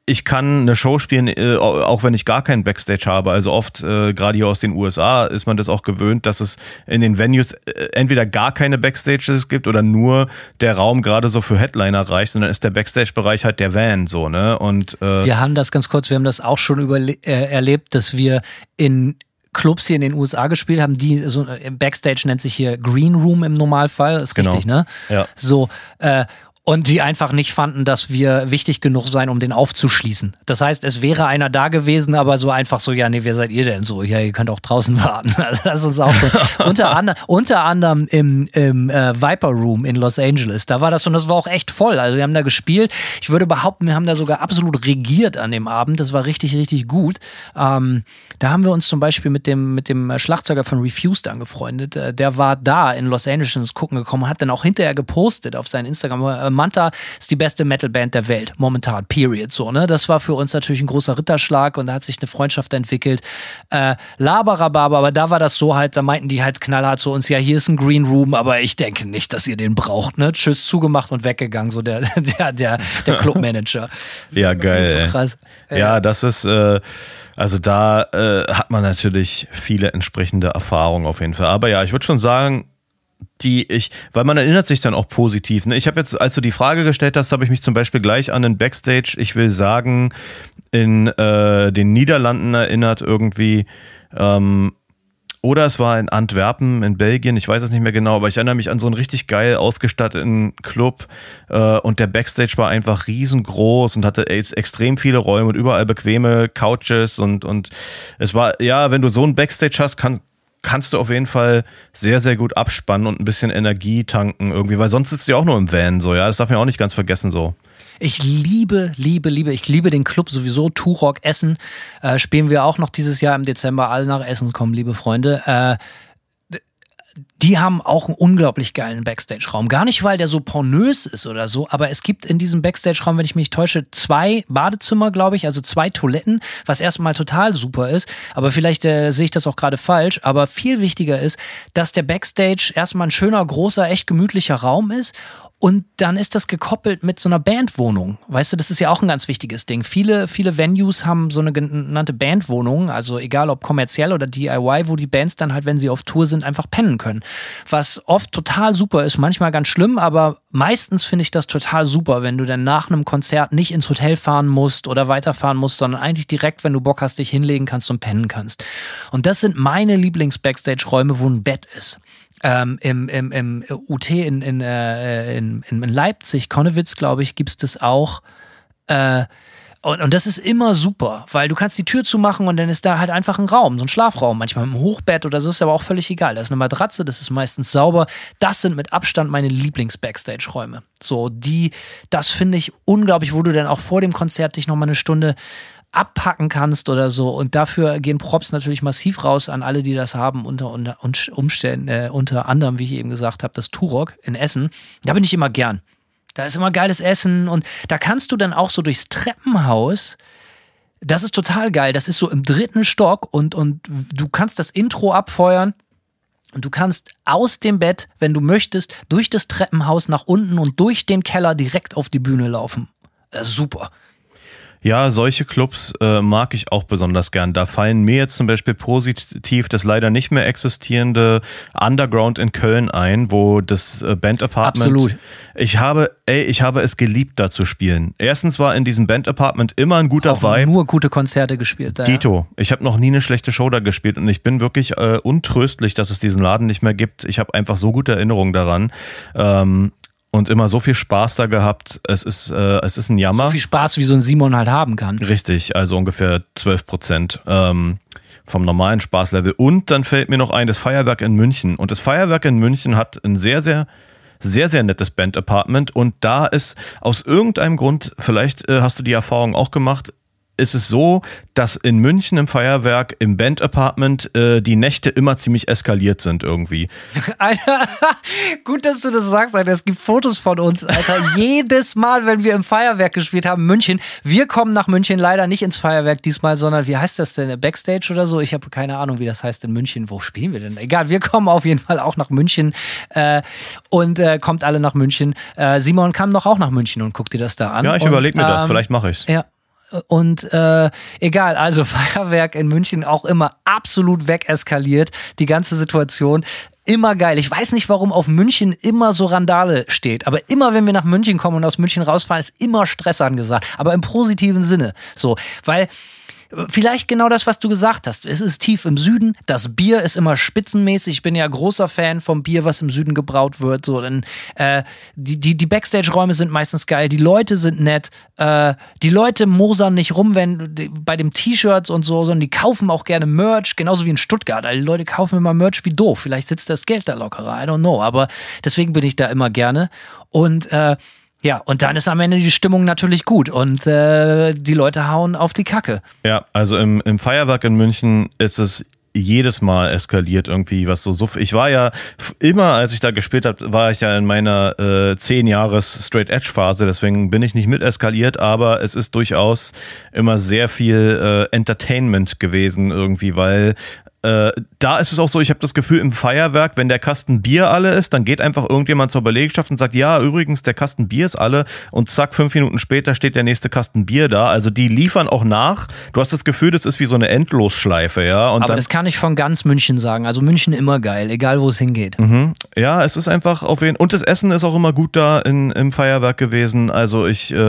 ich kann eine Show spielen, auch wenn ich gar keinen Backstage habe. Also oft, gerade hier aus den USA, ist man das auch gewöhnt, dass es in den Venues entweder gar keine Backstages gibt oder nur der Raum gerade so für Headliner reicht. Und dann ist der Backstage-Bereich halt der Van so, ne? Und
wir haben das ganz kurz, wir haben das auch schon erlebt, dass wir in Clubs hier in den USA gespielt haben, die so im Backstage nennt sich hier Green Room im Normalfall, ist richtig, ne?
Ja.
So, und die einfach nicht fanden, dass wir wichtig genug seien, um den aufzuschließen. Das heißt, es wäre einer da gewesen, aber so einfach so, ja, nee, wer seid ihr denn so? Ja, ihr könnt auch draußen warten. Also das ist uns auch schon. unter anderem im Viper Room in Los Angeles, da war das und das war auch echt voll. Also wir haben da gespielt. Ich würde behaupten, wir haben da sogar absolut regiert an dem Abend. Das war richtig, richtig gut. Da haben wir uns zum Beispiel mit dem Schlagzeuger von Refused angefreundet. Der war da in Los Angeles ins Gucken gekommen, hat dann auch hinterher gepostet auf sein Instagram. Manta ist die beste Metalband der Welt, momentan, period, so, ne? Das war für uns natürlich ein großer Ritterschlag und da hat sich eine Freundschaft entwickelt. Laberababa, aber da war das so halt, da meinten die halt knallhart zu uns, ja, hier ist ein Green Room, aber ich denke nicht, dass ihr den braucht, ne? Tschüss, zugemacht und weggegangen, so der Clubmanager.
Ja, geil.
So krass.
Ja, das ist, also da hat man natürlich viele entsprechende Erfahrungen auf jeden Fall. Aber ja, ich würde schon sagen, weil man erinnert sich dann auch positiv. Ne? Ich habe jetzt, als du die Frage gestellt hast, habe ich mich zum Beispiel gleich an den Backstage, ich will sagen, in den Niederlanden erinnert irgendwie. Oder es war in Antwerpen in Belgien, ich weiß es nicht mehr genau, aber ich erinnere mich an so einen richtig geil ausgestatteten Club und der Backstage war einfach riesengroß und hatte extrem viele Räume und überall bequeme Couches und es war, ja, wenn du so einen Backstage hast, kannst du auf jeden Fall sehr, sehr gut abspannen und ein bisschen Energie tanken irgendwie, weil sonst sitzt du ja auch nur im Van so, ja, das darf man auch nicht ganz vergessen so.
Ich liebe den Club sowieso, Turok Essen, spielen wir auch noch dieses Jahr im Dezember, alle nach Essen kommen, liebe Freunde. Die haben auch einen unglaublich geilen Backstage-Raum. Gar nicht, weil der so pornös ist oder so, aber es gibt in diesem Backstage-Raum, wenn ich mich nicht täusche, 2 Badezimmer, glaube ich, also 2 Toiletten, was erstmal total super ist. Aber vielleicht sehe ich das auch gerade falsch. Aber viel wichtiger ist, dass der Backstage erstmal ein schöner, großer, echt gemütlicher Raum ist. Und dann ist das gekoppelt mit so einer Bandwohnung. Weißt du, das ist ja auch ein ganz wichtiges Ding. Viele Venues haben so eine genannte Bandwohnung, also egal ob kommerziell oder DIY, wo die Bands dann halt, wenn sie auf Tour sind, einfach pennen können. Was oft total super ist, manchmal ganz schlimm, aber meistens finde ich das total super, wenn du dann nach einem Konzert nicht ins Hotel fahren musst oder weiterfahren musst, sondern eigentlich direkt, wenn du Bock hast, dich hinlegen kannst und pennen kannst. Und das sind meine Lieblings-Backstage-Räume, wo ein Bett ist. Im UT in Leipzig, Konnewitz, glaube ich, gibt's das auch. Und das ist immer super, weil du kannst die Tür zumachen und dann ist da halt einfach ein Raum, so ein Schlafraum, manchmal im Hochbett oder so, ist aber auch völlig egal. Da ist eine Matratze, das ist meistens sauber. Das sind mit Abstand meine Lieblings-Backstage-Räume. So, das finde ich unglaublich, wo du dann auch vor dem Konzert dich nochmal eine Stunde abpacken kannst oder so. Und dafür gehen Props natürlich massiv raus an alle, die das haben, unter Umständen, unter anderem, wie ich eben gesagt habe, das Turok in Essen. Da bin ich immer gern. Da ist immer geiles Essen und da kannst du dann auch so durchs Treppenhaus, das ist total geil, das ist so im 3. Stock und du kannst das Intro abfeuern und du kannst aus dem Bett, wenn du möchtest, durch das Treppenhaus nach unten und durch den Keller direkt auf die Bühne laufen. Das ist super.
Ja, solche Clubs mag ich auch besonders gern. Da fallen mir jetzt zum Beispiel positiv das leider nicht mehr existierende Underground in Köln ein, wo das Band Apartment...
Absolut.
Ich habe es geliebt, da zu spielen. Erstens war in diesem Band Apartment immer ein guter
auch
Vibe.
Nur gute Konzerte gespielt.
Dito. Ich habe noch nie eine schlechte Show da gespielt und ich bin wirklich untröstlich, dass es diesen Laden nicht mehr gibt. Ich habe einfach so gute Erinnerungen daran. Und immer so viel Spaß da gehabt. Es ist ein Jammer.
So viel Spaß, wie so ein Simon halt haben kann.
Richtig, also ungefähr 12% vom normalen Spaßlevel. Und dann fällt mir noch ein, das Feuerwerk in München. Und das Feuerwerk in München hat ein sehr, sehr, sehr, sehr nettes Band-Apartment. Und da ist aus irgendeinem Grund, vielleicht hast du die Erfahrung auch gemacht, ist es so, dass in München im Feuerwerk, im Band-Apartment die Nächte immer ziemlich eskaliert sind irgendwie.
Alter, gut, dass du das sagst, Alter. Es gibt Fotos von uns, Alter. Jedes Mal, wenn wir im Feuerwerk gespielt haben, München. Wir kommen nach München leider nicht ins Feuerwerk diesmal, sondern wie heißt das denn? Backstage oder so? Ich habe keine Ahnung, wie das heißt in München. Wo spielen wir denn? Egal, wir kommen auf jeden Fall auch nach München und kommt alle nach München. Simon kam doch auch nach München und guckt dir das da an.
Ja, ich überlege mir das. Vielleicht mache ich's.
Ja. Und egal, also Feuerwerk in München auch immer absolut wegeskaliert, die ganze Situation. Immer geil. Ich weiß nicht, warum auf München immer so Randale steht. Aber immer, wenn wir nach München kommen und aus München rausfahren, ist immer Stress angesagt. Aber im positiven Sinne. So, weil vielleicht genau das, was du gesagt hast. Es ist tief im Süden. Das Bier ist immer spitzenmäßig. Ich bin ja großer Fan vom Bier, was im Süden gebraut wird. So, denn, die Backstage-Räume sind meistens geil. Die Leute sind nett. Die Leute mosern nicht rum, bei dem T-Shirts und so, sondern die kaufen auch gerne Merch. Genauso wie in Stuttgart. Also die Leute kaufen immer Merch wie doof. Vielleicht sitzt das Geld da lockerer. I don't know. Aber deswegen bin ich da immer gerne. Und ja, und dann ist am Ende die Stimmung natürlich gut und die Leute hauen auf die Kacke. Ja, also im Feuerwerk in München ist es jedes Mal eskaliert irgendwie, was so Suff. Ich war ja immer, als ich da gespielt habe, war ich ja in meiner 10 Jahres Straight Edge Phase, deswegen bin ich nicht mit eskaliert, aber es ist durchaus immer sehr viel Entertainment gewesen irgendwie, weil da ist es auch so, ich habe das Gefühl, im Feuerwerk, wenn der Kasten Bier alle ist, dann geht einfach irgendjemand zur Belegschaft und sagt, ja, übrigens, der Kasten Bier ist alle und zack, 5 Minuten später steht der nächste Kasten Bier da. Also die liefern auch nach. Du hast das Gefühl, das ist wie so eine Endlosschleife, ja. Und aber das kann ich von ganz München sagen. Also München immer geil, egal wo es hingeht. Mhm. Ja, es ist einfach auf jeden Fall. Und das Essen ist auch immer gut da im Feuerwerk gewesen. Also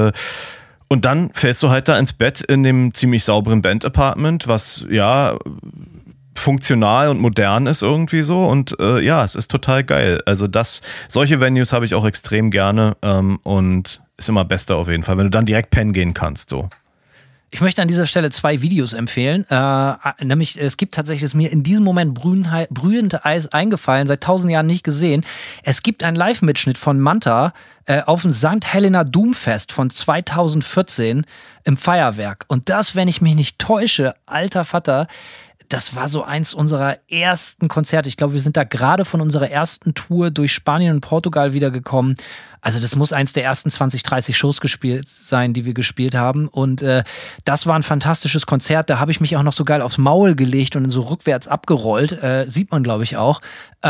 und dann fällst du halt da ins Bett in dem ziemlich sauberen Band-Apartment, was ja funktional und modern ist irgendwie so und ja, es ist total geil. Also solche Venues habe ich auch extrem gerne und ist immer beste auf jeden Fall, wenn du dann direkt pennen gehen kannst, so. Ich möchte an dieser Stelle 2 Videos empfehlen. Nämlich, es gibt tatsächlich, ist mir in diesem Moment brühend Eis eingefallen, seit 1000 Jahren nicht gesehen. Es gibt einen Live-Mitschnitt von Manta auf dem St. Helena Doomfest von 2014 im Feuerwerk. Und das, wenn ich mich nicht täusche, alter Vater, das war so eins unserer ersten Konzerte. Ich glaube, wir sind da gerade von unserer ersten Tour durch Spanien und Portugal wiedergekommen. Also das muss eins der ersten 20, 30 Shows gespielt sein, die wir gespielt haben. Und das war ein fantastisches Konzert. Da habe ich mich auch noch so geil aufs Maul gelegt und so rückwärts abgerollt. Sieht man, glaube ich, auch.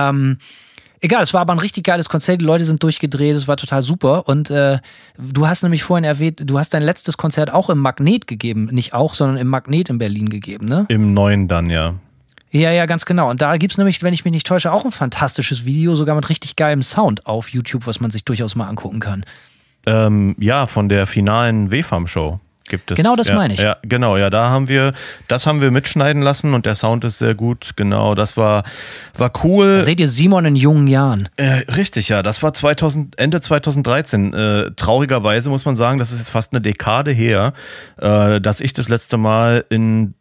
Egal, es war aber ein richtig geiles Konzert, die Leute sind durchgedreht, es war total super und du hast nämlich vorhin erwähnt, du hast dein letztes Konzert auch im Magnet gegeben, nicht auch, sondern im Magnet in Berlin gegeben, ne? Im neuen dann, ja. Ja, ganz genau. Und da gibt's nämlich, wenn ich mich nicht täusche, auch ein fantastisches Video, sogar mit richtig geilem Sound auf YouTube, was man sich durchaus mal angucken kann. Ja, von der finalen WFAM-Show. Gibt es. Genau, das meine ich. Ja, genau, ja, das haben wir mitschneiden lassen und der Sound ist sehr gut, genau, das war cool. Da seht ihr Simon in jungen Jahren. Richtig, ja, das war Ende 2013. Traurigerweise muss man sagen, das ist jetzt fast eine Dekade her, dass ich das letzte Mal in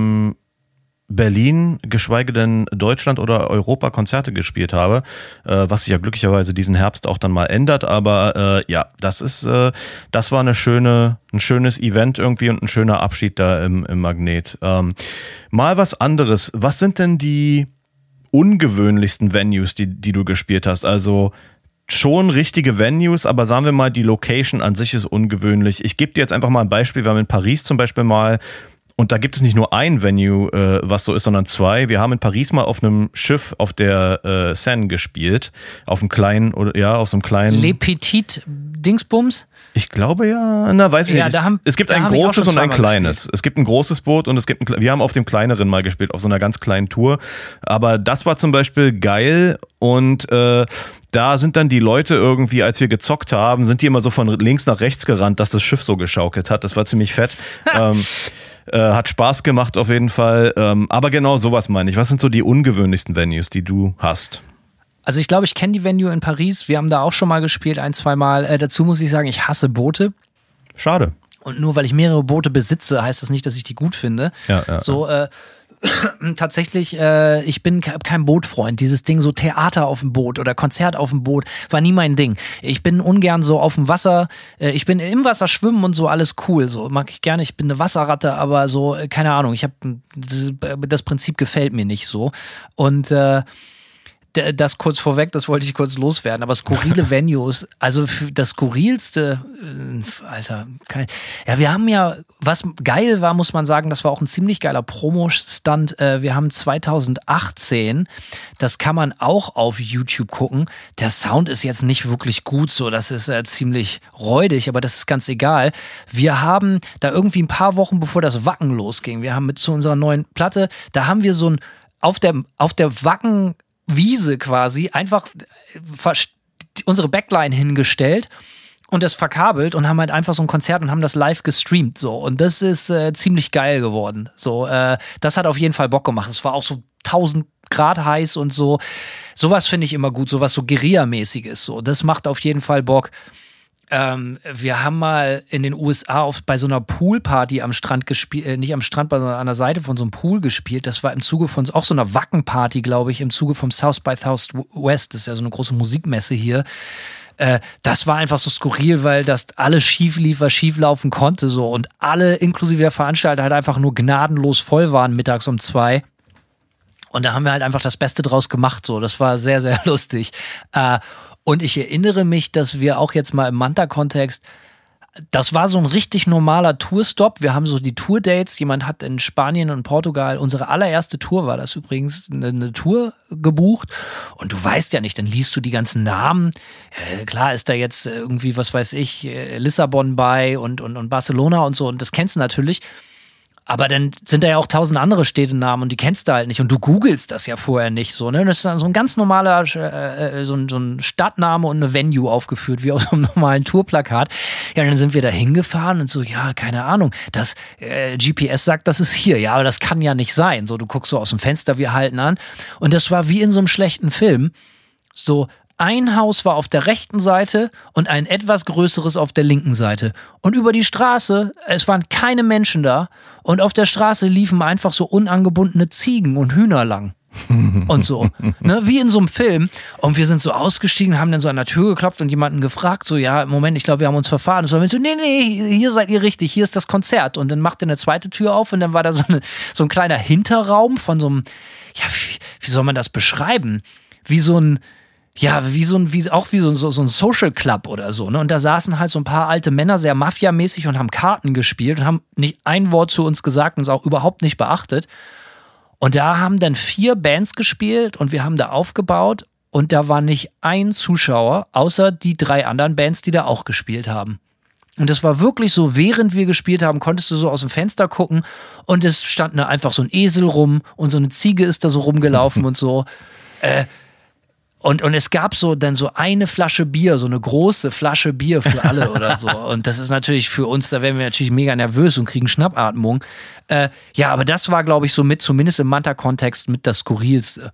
Berlin, geschweige denn Deutschland oder Europa Konzerte gespielt habe, was sich ja glücklicherweise diesen Herbst auch dann mal ändert, aber ja, das war ein schönes Event irgendwie und ein schöner Abschied da im Magnet. Mal was anderes, was sind denn die ungewöhnlichsten Venues, die du gespielt hast? Also schon richtige Venues, aber sagen wir mal, die Location an sich ist ungewöhnlich. Ich gebe dir jetzt einfach mal ein Beispiel, wir haben in Paris zum Beispiel mal. Und da gibt es nicht nur ein Venue, was so ist, sondern 2. Wir haben in Paris mal auf einem Schiff auf der Seine gespielt. Auf einem kleinen, auf so einem kleinen. Le Petit Dingsbums? Ich glaube ja, weiß ich nicht. Es gibt ein großes und ein kleines. Gespielt. Es gibt ein großes Boot und wir haben auf dem kleineren mal gespielt, auf so einer ganz kleinen Tour. Aber das war zum Beispiel geil und da sind dann die Leute irgendwie, als wir gezockt haben, sind die immer so von links nach rechts gerannt, dass das Schiff so geschaukelt hat. Das war ziemlich fett. Hat Spaß gemacht auf jeden Fall. Aber genau sowas meine ich. Was sind so die ungewöhnlichsten Venues, die du hast? Also ich glaube, ich kenne die Venue in Paris. Wir haben da auch schon mal gespielt, 1-2 Mal. Dazu muss ich sagen, ich hasse Boote. Schade. Und nur weil ich mehrere Boote besitze, heißt das nicht, dass ich die gut finde. Ja. So, tatsächlich, ich bin kein Bootfreund. Dieses Ding, so Theater auf dem Boot oder Konzert auf dem Boot, war nie mein Ding. Ich bin ungern so auf dem Wasser. Ich bin im Wasser schwimmen und so, alles cool. So mag ich gerne. Ich bin eine Wasserratte, aber so, keine Ahnung. Das Prinzip gefällt mir nicht so. Und das kurz vorweg, das wollte ich kurz loswerden, aber skurrile Venues, also das skurrilste, Alter, wir haben ja, was geil war, muss man sagen, das war auch ein ziemlich geiler Promo-Stunt, wir haben 2018, das kann man auch auf YouTube gucken, der Sound ist jetzt nicht wirklich gut, so, das ist ziemlich räudig, aber das ist ganz egal. Wir haben da irgendwie ein paar Wochen bevor das Wacken losging, wir haben zu unserer neuen Platte, da haben wir so ein, auf der Wacken-Wiese quasi einfach unsere Backline hingestellt und das verkabelt und haben halt einfach so ein Konzert und haben das live gestreamt, so. Und das ist ziemlich geil geworden, so. Das hat auf jeden Fall Bock gemacht. Es war auch so 1000 Grad heiß und so. Sowas finde ich immer gut, sowas so Guerilla-mäßiges, so. Das macht auf jeden Fall Bock. Wir haben mal in den USA bei so einer Poolparty am Strand gespielt, nicht am Strand, sondern an der Seite von so einem Pool gespielt. Das war im Zuge von auch so einer Wackenparty, glaube ich, im Zuge vom South by Southwest. Das ist ja so eine große Musikmesse hier. Das war einfach so skurril, weil das alles schief lief, was schief laufen konnte, so. Und alle, inklusive der Veranstalter, halt einfach nur gnadenlos voll waren mittags um 2. Und da haben wir halt einfach das Beste draus gemacht, so. Das war sehr, sehr lustig. Und ich erinnere mich, dass wir auch jetzt mal im Manta-Kontext, das war so ein richtig normaler Tourstop. Wir haben so die Tourdates. Jemand hat in Spanien und Portugal, unsere allererste Tour war das übrigens, eine Tour gebucht. Und du weißt ja nicht, dann liest du die ganzen Namen. Klar ist da jetzt irgendwie, was weiß ich, Lissabon bei und Barcelona und so. Und das kennst du natürlich. Aber dann sind da ja auch 1000 andere Städtenamen und die kennst du halt nicht und du googelst das ja vorher nicht so, ne? Das ist dann so ein ganz normaler so ein Stadtname und eine Venue aufgeführt, wie auf so einem normalen Tourplakat. Ja, dann sind wir da hingefahren und so, ja, keine Ahnung, das GPS sagt, das ist hier. Ja, aber das kann ja nicht sein. So, du guckst so aus dem Fenster, wir halten an. Und das war wie in so einem schlechten Film. So, ein Haus war auf der rechten Seite und ein etwas größeres auf der linken Seite. Und über die Straße, es waren keine Menschen da. Und auf der Straße liefen einfach so unangebundene Ziegen und Hühner lang. Und so, ne, wie in so einem Film. Und wir sind so ausgestiegen, haben dann so an der Tür geklopft und jemanden gefragt, so, ja, Moment, ich glaube, wir haben uns verfahren. Und so, nee, hier seid ihr richtig, hier ist das Konzert. Und dann macht er eine zweite Tür auf und dann war da so ein kleiner Hinterraum von so einem, ja, wie soll man das beschreiben? Wie so ein Social Club oder so, ne? Und da saßen halt so ein paar alte Männer, sehr mafiamäßig und haben Karten gespielt und haben nicht ein Wort zu uns gesagt und uns auch überhaupt nicht beachtet. Und da haben dann 4 Bands gespielt und wir haben da aufgebaut und da war nicht ein Zuschauer, außer die 3 anderen Bands, die da auch gespielt haben. Und das war wirklich so, während wir gespielt haben, konntest du so aus dem Fenster gucken und es stand da einfach so ein Esel rum und so eine Ziege ist da so rumgelaufen und so. Und es gab so dann so eine Flasche Bier, so eine große Flasche Bier für alle oder so. Und das ist natürlich für uns, da werden wir natürlich mega nervös und kriegen Schnappatmung. Ja, aber das war, glaube ich, so mit, zumindest im Manta-Kontext, mit das Skurrilste.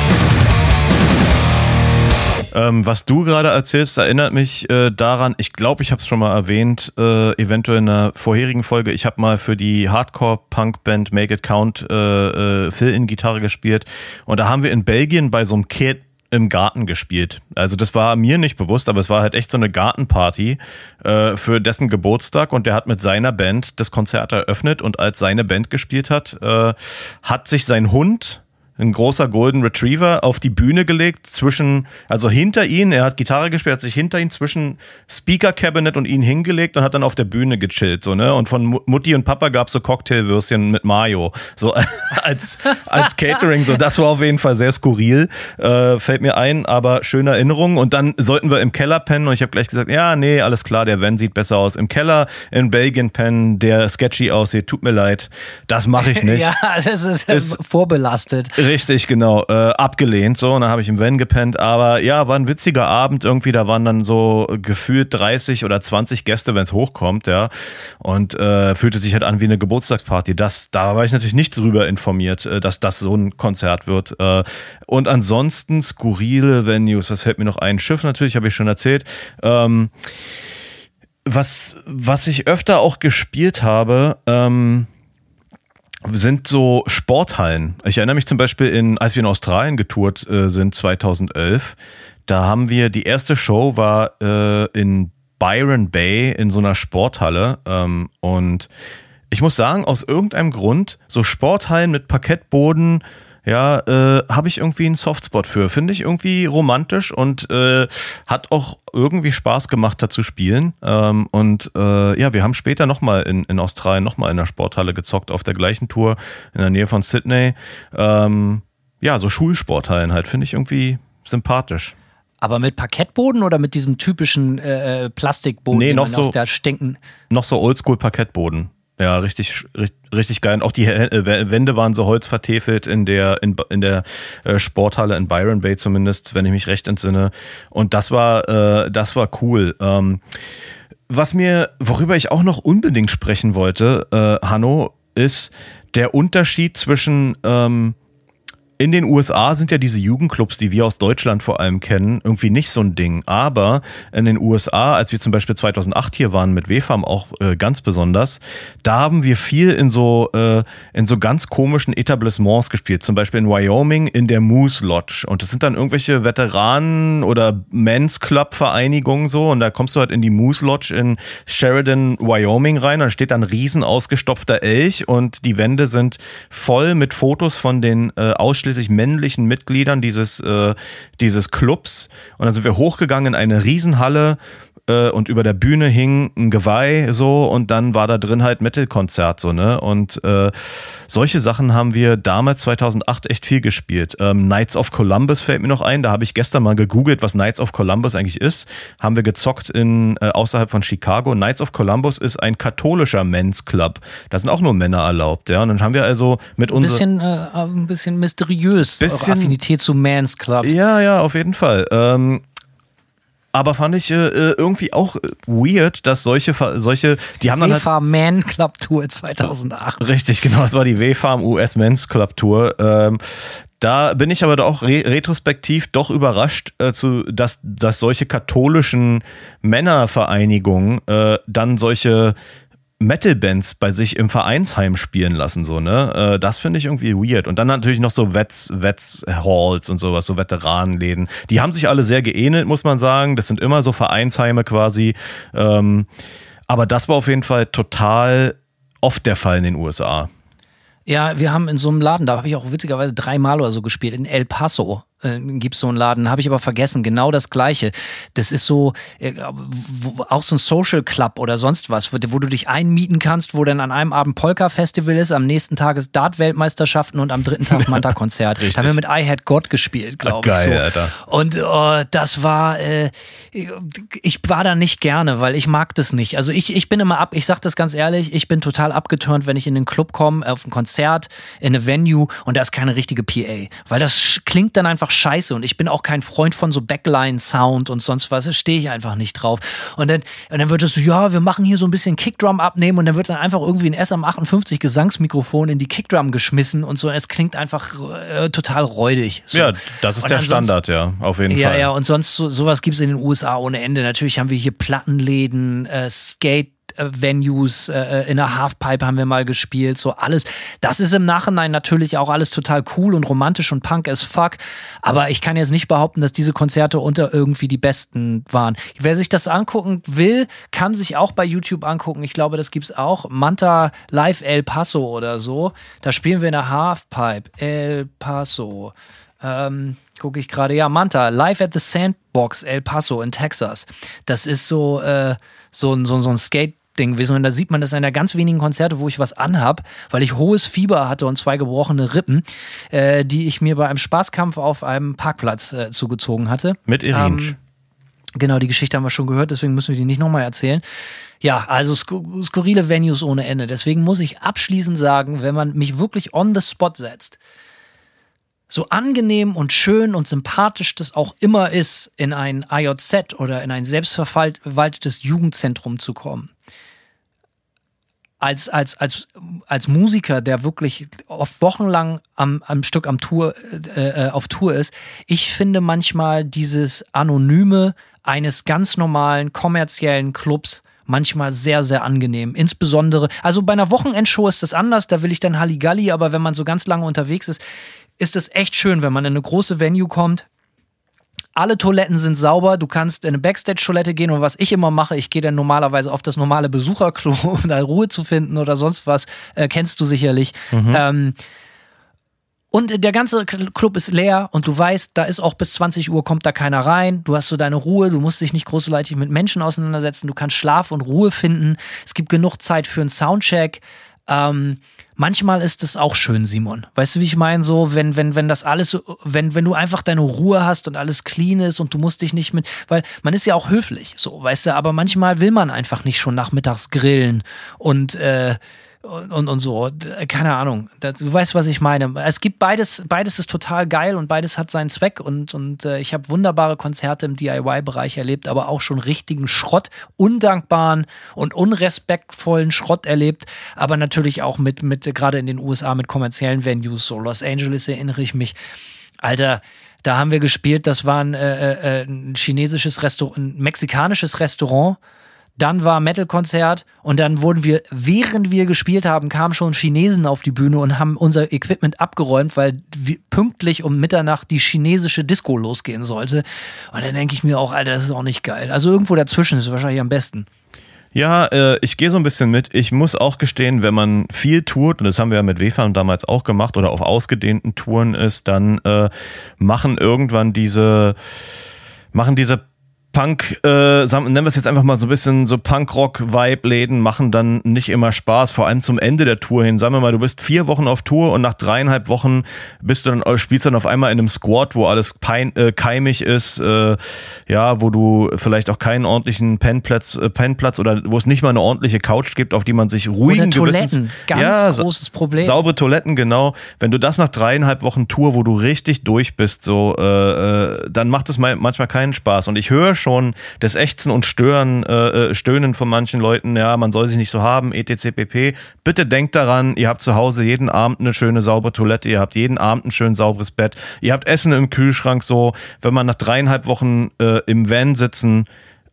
Was du gerade erzählst, erinnert mich daran, ich glaube, ich habe es schon mal erwähnt, eventuell in einer vorherigen Folge, ich habe mal für die Hardcore-Punk-Band Make It Count Fill-In-Gitarre gespielt und da haben wir in Belgien bei so einem Kid im Garten gespielt. Also das war mir nicht bewusst, aber es war halt echt so eine Gartenparty für dessen Geburtstag und der hat mit seiner Band das Konzert eröffnet und als seine Band gespielt hat, hat sich sein Hund, ein großer Golden Retriever, auf die Bühne gelegt, also hinter ihn, er hat Gitarre gespielt, hat sich hinter ihn zwischen Speaker Cabinet und ihn hingelegt und hat dann auf der Bühne gechillt, so, ne? Und von Mutti und Papa gab's so Cocktailwürstchen mit Mayo, so als Catering, so, das war auf jeden Fall sehr skurril, fällt mir ein, aber schöne Erinnerung. Und dann sollten wir im Keller pennen und ich habe gleich gesagt, ja, nee, alles klar, der Van sieht besser aus. Im Keller in Belgien pennen, der sketchy aussieht, tut mir leid, das mache ich nicht.
Ja, das ist vorbelastet.
Richtig, genau. Abgelehnt, so. Und dann habe ich im Van gepennt. Aber ja, war ein witziger Abend irgendwie. Da waren dann so gefühlt 30 oder 20 Gäste, wenn es hochkommt, ja. Und fühlte sich halt an wie eine Geburtstagsparty. Da war ich natürlich nicht drüber informiert, dass das so ein Konzert wird. Und ansonsten skurrile Venues. Was fällt mir noch ein? Schiff natürlich, habe ich schon erzählt. Was ich öfter auch gespielt habe, sind so Sporthallen. Ich erinnere mich zum Beispiel als wir in Australien getourt sind 2011, da haben wir, die erste Show war in Byron Bay in so einer Sporthalle und ich muss sagen, aus irgendeinem Grund, so Sporthallen mit Parkettboden, ja, habe ich irgendwie einen Softspot für. Finde ich irgendwie romantisch und hat auch irgendwie Spaß gemacht, da zu spielen. Ja, wir haben später nochmal in Australien nochmal in der Sporthalle gezockt, auf der gleichen Tour in der Nähe von Sydney. Ja, so Schulsporthallen halt, finde ich irgendwie sympathisch.
Aber mit Parkettboden oder mit diesem typischen Plastikboden,
nee,
den
noch
man
so,
aus der stinken...
Noch so Oldschool-Parkettboden. Ja, richtig geil. Und auch die Wände waren so holzvertäfelt in der Sporthalle in Byron Bay zumindest, wenn ich mich recht entsinne. Und das war cool. Worüber ich auch noch unbedingt sprechen wollte, Hanno, ist der Unterschied zwischen in den USA sind ja diese Jugendclubs, die wir aus Deutschland vor allem kennen, irgendwie nicht so ein Ding. Aber in den USA, als wir zum Beispiel 2008 hier waren mit WFAM auch ganz besonders, da haben wir viel in so ganz komischen Etablissements gespielt. Zum Beispiel in Wyoming in der Moose Lodge. Und das sind dann irgendwelche Veteranen- oder Men's Club-Vereinigungen so. Und da kommst du halt in die Moose Lodge in Sheridan, Wyoming rein. Und da steht dann ein riesen ausgestopfter Elch und die Wände sind voll mit Fotos von den ausschließlich männlichen Mitgliedern dieses Clubs. Und dann sind wir hochgegangen in eine Riesenhalle und über der Bühne hing ein Geweih so und dann war da drin halt Metal-Konzert so, ne? Und solche Sachen haben wir damals 2008 echt viel gespielt. Knights of Columbus fällt mir noch ein, da habe ich gestern mal gegoogelt, was Knights of Columbus eigentlich ist. Haben wir gezockt außerhalb von Chicago. Knights of Columbus ist ein katholischer Men's Club. Da sind auch nur Männer erlaubt, ja. Und dann haben wir also mit uns
ein bisschen mysteriös, eure Affinität zu Men's Clubs.
Ja, auf jeden Fall. Aber fand ich irgendwie auch weird, dass solche die haben dann
WFAM Man Club Tour 2008.
Richtig, genau, das war die WFAM US Men's Club Tour. Da bin ich aber auch retrospektiv doch überrascht, dass solche katholischen Männervereinigungen dann solche Metal-Bands bei sich im Vereinsheim spielen lassen, so, ne? Das finde ich irgendwie weird. Und dann natürlich noch so Halls und sowas, so Veteranenläden. Die haben sich alle sehr geähnelt, muss man sagen. Das sind immer so Vereinsheime quasi. Aber das war auf jeden Fall total oft der Fall in den USA.
Ja, wir haben in so einem Laden, da habe ich auch witzigerweise 3-mal oder so gespielt, in El Paso. Gibt es so einen Laden, habe ich aber vergessen, genau das Gleiche. Das ist so, auch so ein Social Club oder sonst was, wo du dich einmieten kannst, wo dann an einem Abend Polka-Festival ist, am nächsten Tag ist Dart-Weltmeisterschaften und am dritten Tag Manta-Konzert. Da haben wir mit I Had God gespielt, glaube ich.
Geil,
so.
Alter.
Und das war, ich war da nicht gerne, weil ich mag das nicht. Also ich bin immer ich sag das ganz ehrlich, ich bin total abgeturnt, wenn ich in den Club komme, auf ein Konzert, in eine Venue und da ist keine richtige PA. Weil das klingt dann einfach scheiße und ich bin auch kein Freund von so Backline-Sound und sonst was, da stehe ich einfach nicht drauf. Und dann wird es so, ja, wir machen hier so ein bisschen Kickdrum abnehmen und dann wird dann einfach irgendwie ein SM58 Gesangsmikrofon in die Kickdrum geschmissen und so, es klingt einfach total räudig. So.
Ja, das ist der Standard, ja, auf jeden Fall.
Ja, und sonst sowas gibt es in den USA ohne Ende. Natürlich haben wir hier Plattenläden, Skate-Venues, in der Halfpipe haben wir mal gespielt, so alles. Das ist im Nachhinein natürlich auch alles total cool und romantisch und punk as fuck, aber ich kann jetzt nicht behaupten, dass diese Konzerte unter irgendwie die besten waren. Wer sich das angucken will, kann sich auch bei YouTube angucken. Ich glaube, das gibt's auch. Manta Live El Paso oder so. Da spielen wir in der Halfpipe. El Paso. Gucke ich gerade. Ja, Manta Live at the Sandbox El Paso in Texas. Das ist so ein Skate-Ding. Und da sieht man, das ist einer der ganz wenigen Konzerte, wo ich was anhab, weil ich hohes Fieber hatte und 2 gebrochene Rippen, die ich mir bei einem Spaßkampf auf einem Parkplatz zugezogen hatte.
Mit Irinsch.
Genau, die Geschichte haben wir schon gehört, deswegen müssen wir die nicht nochmal erzählen. Ja, also skurrile Venues ohne Ende. Deswegen muss ich abschließend sagen, wenn man mich wirklich on the spot setzt, so angenehm und schön und sympathisch das auch immer ist, in ein AJZ oder in ein selbstverwaltetes Jugendzentrum zu kommen. Als Musiker, der wirklich oft wochenlang am Stück auf Tour ist, ich finde manchmal dieses Anonyme eines ganz normalen kommerziellen Clubs manchmal sehr, sehr angenehm. Insbesondere, also bei einer Wochenendshow ist das anders, da will ich dann Halligalli, aber wenn man so ganz lange unterwegs ist es echt schön, wenn man in eine große Venue kommt. Alle Toiletten sind sauber, du kannst in eine Backstage-Toilette gehen und was ich immer mache, ich gehe dann normalerweise auf das normale Besucherklo, um da Ruhe zu finden oder sonst was, kennst du sicherlich. Und der ganze Club ist leer und du weißt, da ist auch bis 20 Uhr kommt da keiner rein. Du hast so deine Ruhe, du musst dich nicht großartig mit Menschen auseinandersetzen. Du kannst Schlaf und Ruhe finden. Es gibt genug Zeit für einen Soundcheck. Manchmal ist es auch schön, Simon. Weißt du, wie ich meine? So, wenn das alles so, wenn du einfach deine Ruhe hast und alles clean ist und du musst dich nicht weil man ist ja auch höflich, so, weißt du, aber manchmal will man einfach nicht schon nachmittags grillen und so, keine Ahnung. Du weißt, was ich meine. Es gibt beides ist total geil und beides hat seinen Zweck und ich habe wunderbare Konzerte im DIY-Bereich erlebt, aber auch schon richtigen Schrott, undankbaren und unrespektvollen Schrott erlebt, aber natürlich auch mit gerade in den USA mit kommerziellen Venues, so Los Angeles erinnere ich mich, Alter, da haben wir gespielt, das war ein chinesisches Restaurant, ein mexikanisches Restaurant. Dann war Metal-Konzert und dann wurden wir, während wir gespielt haben, kamen schon Chinesen auf die Bühne und haben unser Equipment abgeräumt, weil pünktlich um Mitternacht die chinesische Disco losgehen sollte. Und dann denke ich mir auch, Alter, das ist auch nicht geil. Also irgendwo dazwischen ist es wahrscheinlich am besten.
Ja, ich gehe so ein bisschen mit. Ich muss auch gestehen, wenn man viel tourt, und das haben wir ja mit WFAM damals auch gemacht, oder auf ausgedehnten Touren ist, dann machen irgendwann diese Punk, nennen wir es jetzt einfach mal so ein bisschen so Punk-Rock-Vibe-Läden machen dann nicht immer Spaß, vor allem zum Ende der Tour hin. Sagen wir mal, du bist 4 Wochen auf Tour und nach 3,5 Wochen spielst du dann auf einmal in einem Squad, wo alles keimig ist, wo du vielleicht auch keinen ordentlichen Pennplatz oder wo es nicht mal eine ordentliche Couch gibt, auf die man sich ruhigen
Gewissens... Ganz großes Problem.
Saubere Toiletten, genau. Wenn du das nach 3,5 Wochen Tour, wo du richtig durch bist, so, dann macht es manchmal keinen Spaß. Und ich höre schon das Ächzen und Stöhnen von manchen Leuten, ja, man soll sich nicht so haben, etc. pp. Bitte denkt daran, ihr habt zu Hause jeden Abend eine schöne, saubere Toilette, ihr habt jeden Abend ein schön sauberes Bett, ihr habt Essen im Kühlschrank, so, wenn man nach 3,5 Wochen im Van sitzen,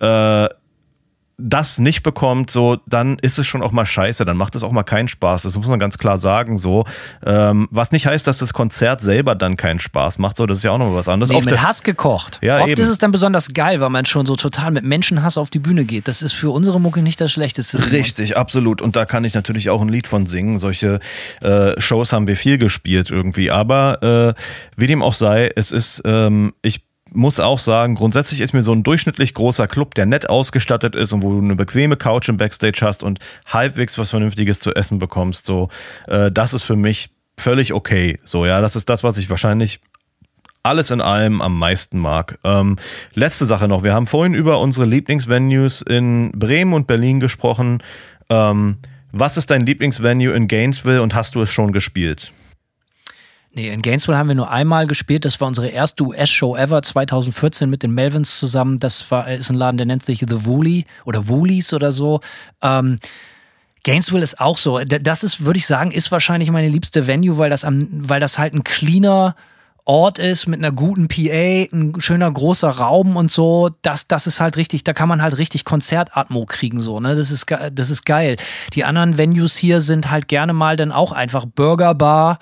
das nicht bekommt, so, dann ist es schon auch mal scheiße, dann macht es auch mal keinen Spaß, das muss man ganz klar sagen, so, was nicht heißt, dass das Konzert selber dann keinen Spaß macht, so, das ist ja auch noch was anderes.
Nee, mit Hass gekocht.
Ja,
oft
eben.
ist es dann besonders geil, weil man schon so total mit Menschenhass auf die Bühne geht, das ist für unsere Mucke nicht das Schlechteste.
Richtig, absolut, und da kann ich natürlich auch ein Lied von singen, solche Shows haben wir viel gespielt irgendwie, aber wie dem auch sei, es ist, ich muss auch sagen, grundsätzlich ist mir so ein durchschnittlich großer Club, der nett ausgestattet ist und wo du eine bequeme Couch im Backstage hast und halbwegs was Vernünftiges zu essen bekommst, so, das ist für mich völlig okay. So, ja, das ist das, was ich wahrscheinlich alles in allem am meisten mag. Letzte Sache noch, wir haben vorhin über unsere Lieblingsvenues in Bremen und Berlin gesprochen. Was ist dein Lieblingsvenue in Gainesville und hast du es schon gespielt?
Nee, in Gainesville haben wir nur einmal gespielt. Das war unsere erste US-Show ever, 2014 mit den Melvins zusammen. Das ist ein Laden, der nennt sich The Wooly oder Woolies oder so. Gainesville ist auch so. Das ist, würde ich sagen, ist wahrscheinlich meine liebste Venue, weil das halt ein cleaner Ort ist mit einer guten PA, ein schöner großer Raum und so. Das ist halt richtig, da kann man halt richtig Konzertatmo kriegen, so, ne? Das ist geil. Die anderen Venues hier sind halt gerne mal dann auch einfach Burgerbar,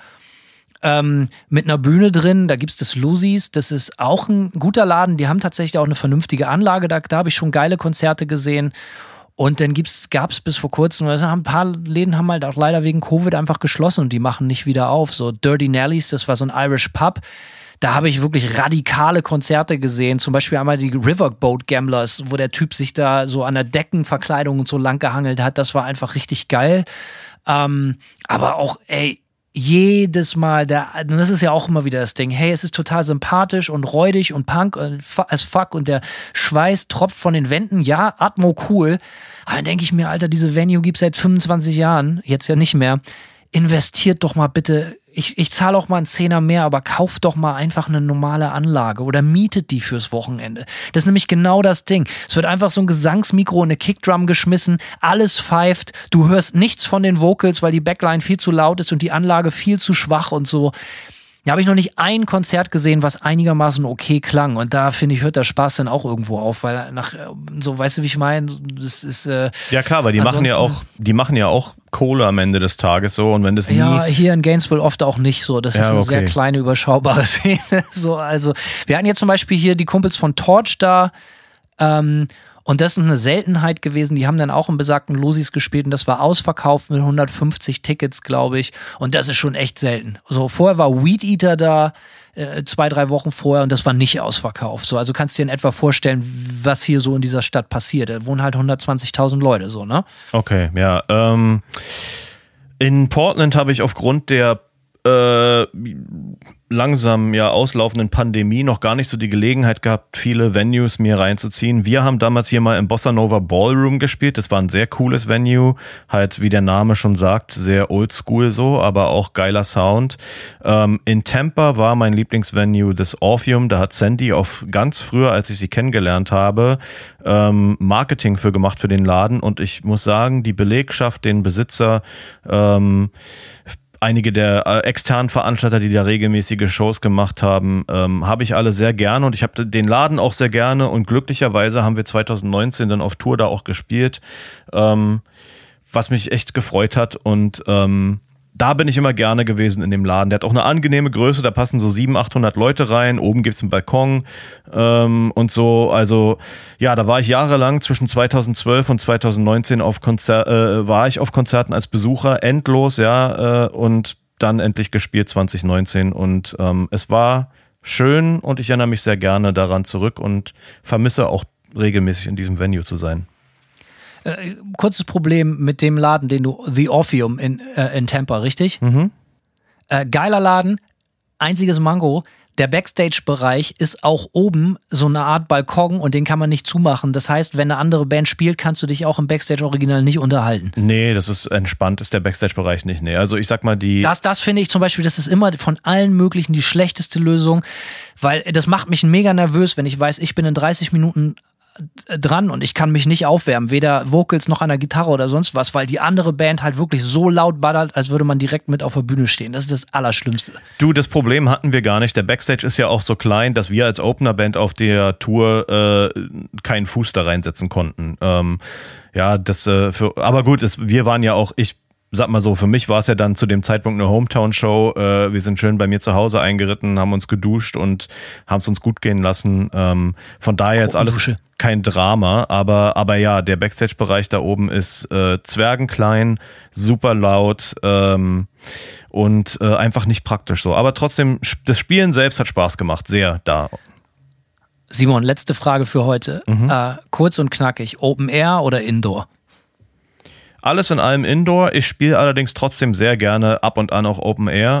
mit einer Bühne drin, da gibt's das Lucy's, das ist auch ein guter Laden, die haben tatsächlich auch eine vernünftige Anlage, da habe ich schon geile Konzerte gesehen und dann gab's bis vor kurzem, also ein paar Läden haben halt auch leider wegen Covid einfach geschlossen und die machen nicht wieder auf, so Dirty Nellies, das war so ein Irish Pub, da habe ich wirklich radikale Konzerte gesehen, zum Beispiel einmal die Riverboat Gamblers, wo der Typ sich da so an der Deckenverkleidung und so lang gehangelt hat, das war einfach richtig geil, aber auch, ey, jedes Mal, das ist ja auch immer wieder das Ding, hey, es ist total sympathisch und räudig und Punk as fuck und der Schweiß tropft von den Wänden, ja, Atmo cool, aber dann denke ich mir, Alter, diese Venue gibt's seit 25 Jahren, jetzt ja nicht mehr, investiert doch mal bitte, ich zahle auch mal einen Zehner mehr, aber kauft doch mal einfach eine normale Anlage oder mietet die fürs Wochenende. Das ist nämlich genau das Ding. Es wird einfach so ein Gesangsmikro und eine Kickdrum geschmissen, alles pfeift, du hörst nichts von den Vocals, weil die Backline viel zu laut ist und die Anlage viel zu schwach und so. Da habe ich noch nicht ein Konzert gesehen, was einigermaßen okay klang. Und da, finde ich, hört der Spaß dann auch irgendwo auf, weil so, weißt du, wie ich meine? Das ist,
ja klar, weil die machen ja auch Kohle am Ende des Tages so und wenn das nie...
Ja, hier in Gainesville oft auch nicht so. Das ist eine sehr kleine, überschaubare Szene. So, also, wir hatten jetzt zum Beispiel hier die Kumpels von Torch da, Und das ist eine Seltenheit gewesen. Die haben dann auch im besagten Losis gespielt und das war ausverkauft mit 150 Tickets, glaube ich. Und das ist schon echt selten. So, vorher war Weed Eater da, 2-3 Wochen vorher, und das war nicht ausverkauft. So, also kannst du dir in etwa vorstellen, was hier so in dieser Stadt passiert. Da wohnen halt 120.000 Leute, so, ne?
Okay, ja. In Portland habe ich aufgrund der langsam ja auslaufenden Pandemie noch gar nicht so die Gelegenheit gehabt, viele Venues mir reinzuziehen. Wir haben damals hier mal im Bossa Nova Ballroom gespielt. Das war ein sehr cooles Venue. Halt, wie der Name schon sagt, sehr oldschool so, aber auch geiler Sound. In Tampa war mein Lieblingsvenue das Orpheum. Da hat Sandy ganz früher, als ich sie kennengelernt habe, Marketing für gemacht für den Laden. Und ich muss sagen, die Belegschaft, den Besitzer, einige der externen Veranstalter, die da regelmäßige Shows gemacht haben, habe ich alle sehr gerne und ich habe den Laden auch sehr gerne und glücklicherweise haben wir 2019 dann auf Tour da auch gespielt, was mich echt gefreut hat und da bin ich immer gerne gewesen in dem Laden. Der hat auch eine angenehme Größe, da passen so 700-800 Leute rein, oben gibt's einen Balkon und so, also ja, da war ich jahrelang zwischen 2012 und 2019 war ich auf Konzerten als Besucher, endlos, ja, und dann endlich gespielt 2019 und es war schön und ich erinnere mich sehr gerne daran zurück und vermisse auch regelmäßig in diesem Venue zu sein.
Kurzes Problem mit dem Laden, den du, The Orpheum in Tampa, richtig?
Mhm.
Geiler Laden, einziges Manko, der Backstage-Bereich ist auch oben so eine Art Balkon und den kann man nicht zumachen. Das heißt, wenn eine andere Band spielt, kannst du dich auch im Backstage-Original nicht unterhalten.
Nee, das ist entspannt, ist der Backstage-Bereich nicht. Nee, also ich sag mal
Das finde ich zum Beispiel, das ist immer von allen möglichen die schlechteste Lösung, weil das macht mich mega nervös, wenn ich weiß, ich bin in 30 Minuten dran und ich kann mich nicht aufwärmen, weder Vocals noch an der Gitarre oder sonst was, weil die andere Band halt wirklich so laut ballert, als würde man direkt mit auf der Bühne stehen. Das ist das Allerschlimmste.
Du, das Problem hatten wir gar nicht. Der Backstage ist ja auch so klein, dass wir als Opener-Band auf der Tour keinen Fuß da reinsetzen konnten. Aber gut, wir waren ja auch, ich sag mal so, für mich war es ja dann zu dem Zeitpunkt eine Hometown-Show. Wir sind schön bei mir zu Hause eingeritten, haben uns geduscht und haben es uns gut gehen lassen. Von daher jetzt alles kein Drama, aber ja, der Backstage-Bereich da oben ist zwergenklein, super laut und einfach nicht praktisch so. Aber trotzdem, das Spielen selbst hat Spaß gemacht, sehr da.
Simon, letzte Frage für heute. Kurz und knackig, Open Air oder Indoor?
Alles in allem Indoor. Ich spiele allerdings trotzdem sehr gerne ab und an auch Open Air.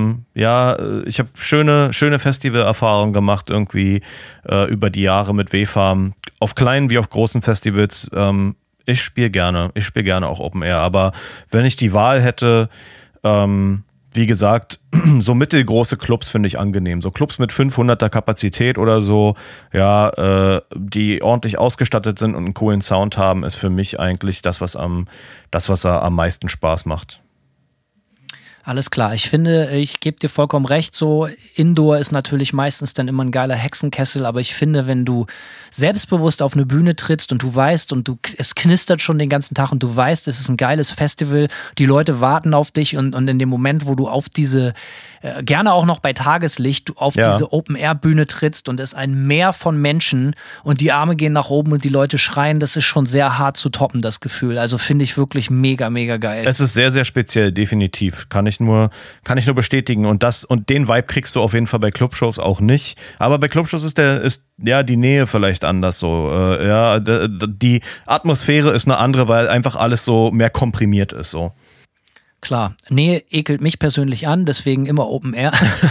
Ich habe schöne Festivalerfahrungen gemacht irgendwie über die Jahre mit W-Farm. Auf kleinen wie auf großen Festivals. Ich spiele gerne auch Open Air. Aber wenn ich die Wahl hätte, wie gesagt, so mittelgroße Clubs finde ich angenehm. So Clubs mit 500er Kapazität oder so, ja, die ordentlich ausgestattet sind und einen coolen Sound haben, ist für mich eigentlich das, was am meisten Spaß macht.
Alles klar. Ich finde, ich gebe dir vollkommen recht, so Indoor ist natürlich meistens dann immer ein geiler Hexenkessel, aber ich finde, wenn du selbstbewusst auf eine Bühne trittst und du weißt und es knistert schon den ganzen Tag und du weißt, es ist ein geiles Festival, die Leute warten auf dich und in dem Moment, wo du auf diese, gerne auch noch bei Tageslicht, du auf diese Open-Air-Bühne trittst und es ein Meer von Menschen und die Arme gehen nach oben und die Leute schreien, das ist schon sehr hart zu toppen, das Gefühl. Also finde ich wirklich mega, mega geil.
Es ist sehr, sehr speziell, definitiv. Kann ich nur bestätigen. Und den Vibe kriegst du auf jeden Fall bei Clubshows auch nicht. Aber bei Clubshows ist die Nähe vielleicht anders so. Die Atmosphäre ist eine andere, weil einfach alles so mehr komprimiert ist so.
Klar, Nähe ekelt mich persönlich an, deswegen immer Open Air.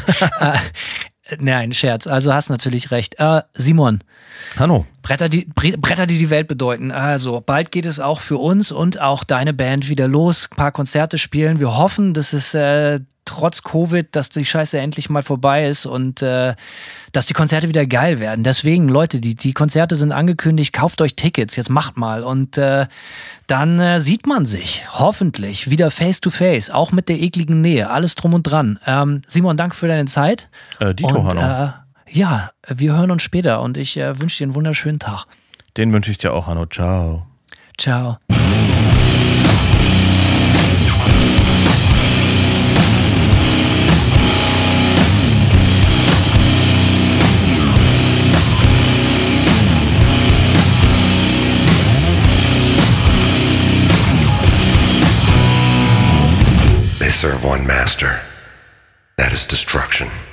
Nein, Scherz. Also hast natürlich recht. Simon.
Hanno.
Bretter, die Welt bedeuten. Also, bald geht es auch für uns und auch deine Band wieder los. Ein paar Konzerte spielen. Wir hoffen, dass es trotz Covid, dass die Scheiße endlich mal vorbei ist und dass die Konzerte wieder geil werden. Deswegen, Leute, die Konzerte sind angekündigt. Kauft euch Tickets. Jetzt macht mal. Und dann sieht man sich hoffentlich wieder face to face. Auch mit der ekligen Nähe. Alles drum und dran. Simon, danke für deine Zeit.
Dito, Hanno.
Ja, wir hören uns später und ich wünsche dir einen wunderschönen Tag.
Den wünsche ich dir auch, Hanno. Ciao.
Ciao.
serve one master. That is destruction.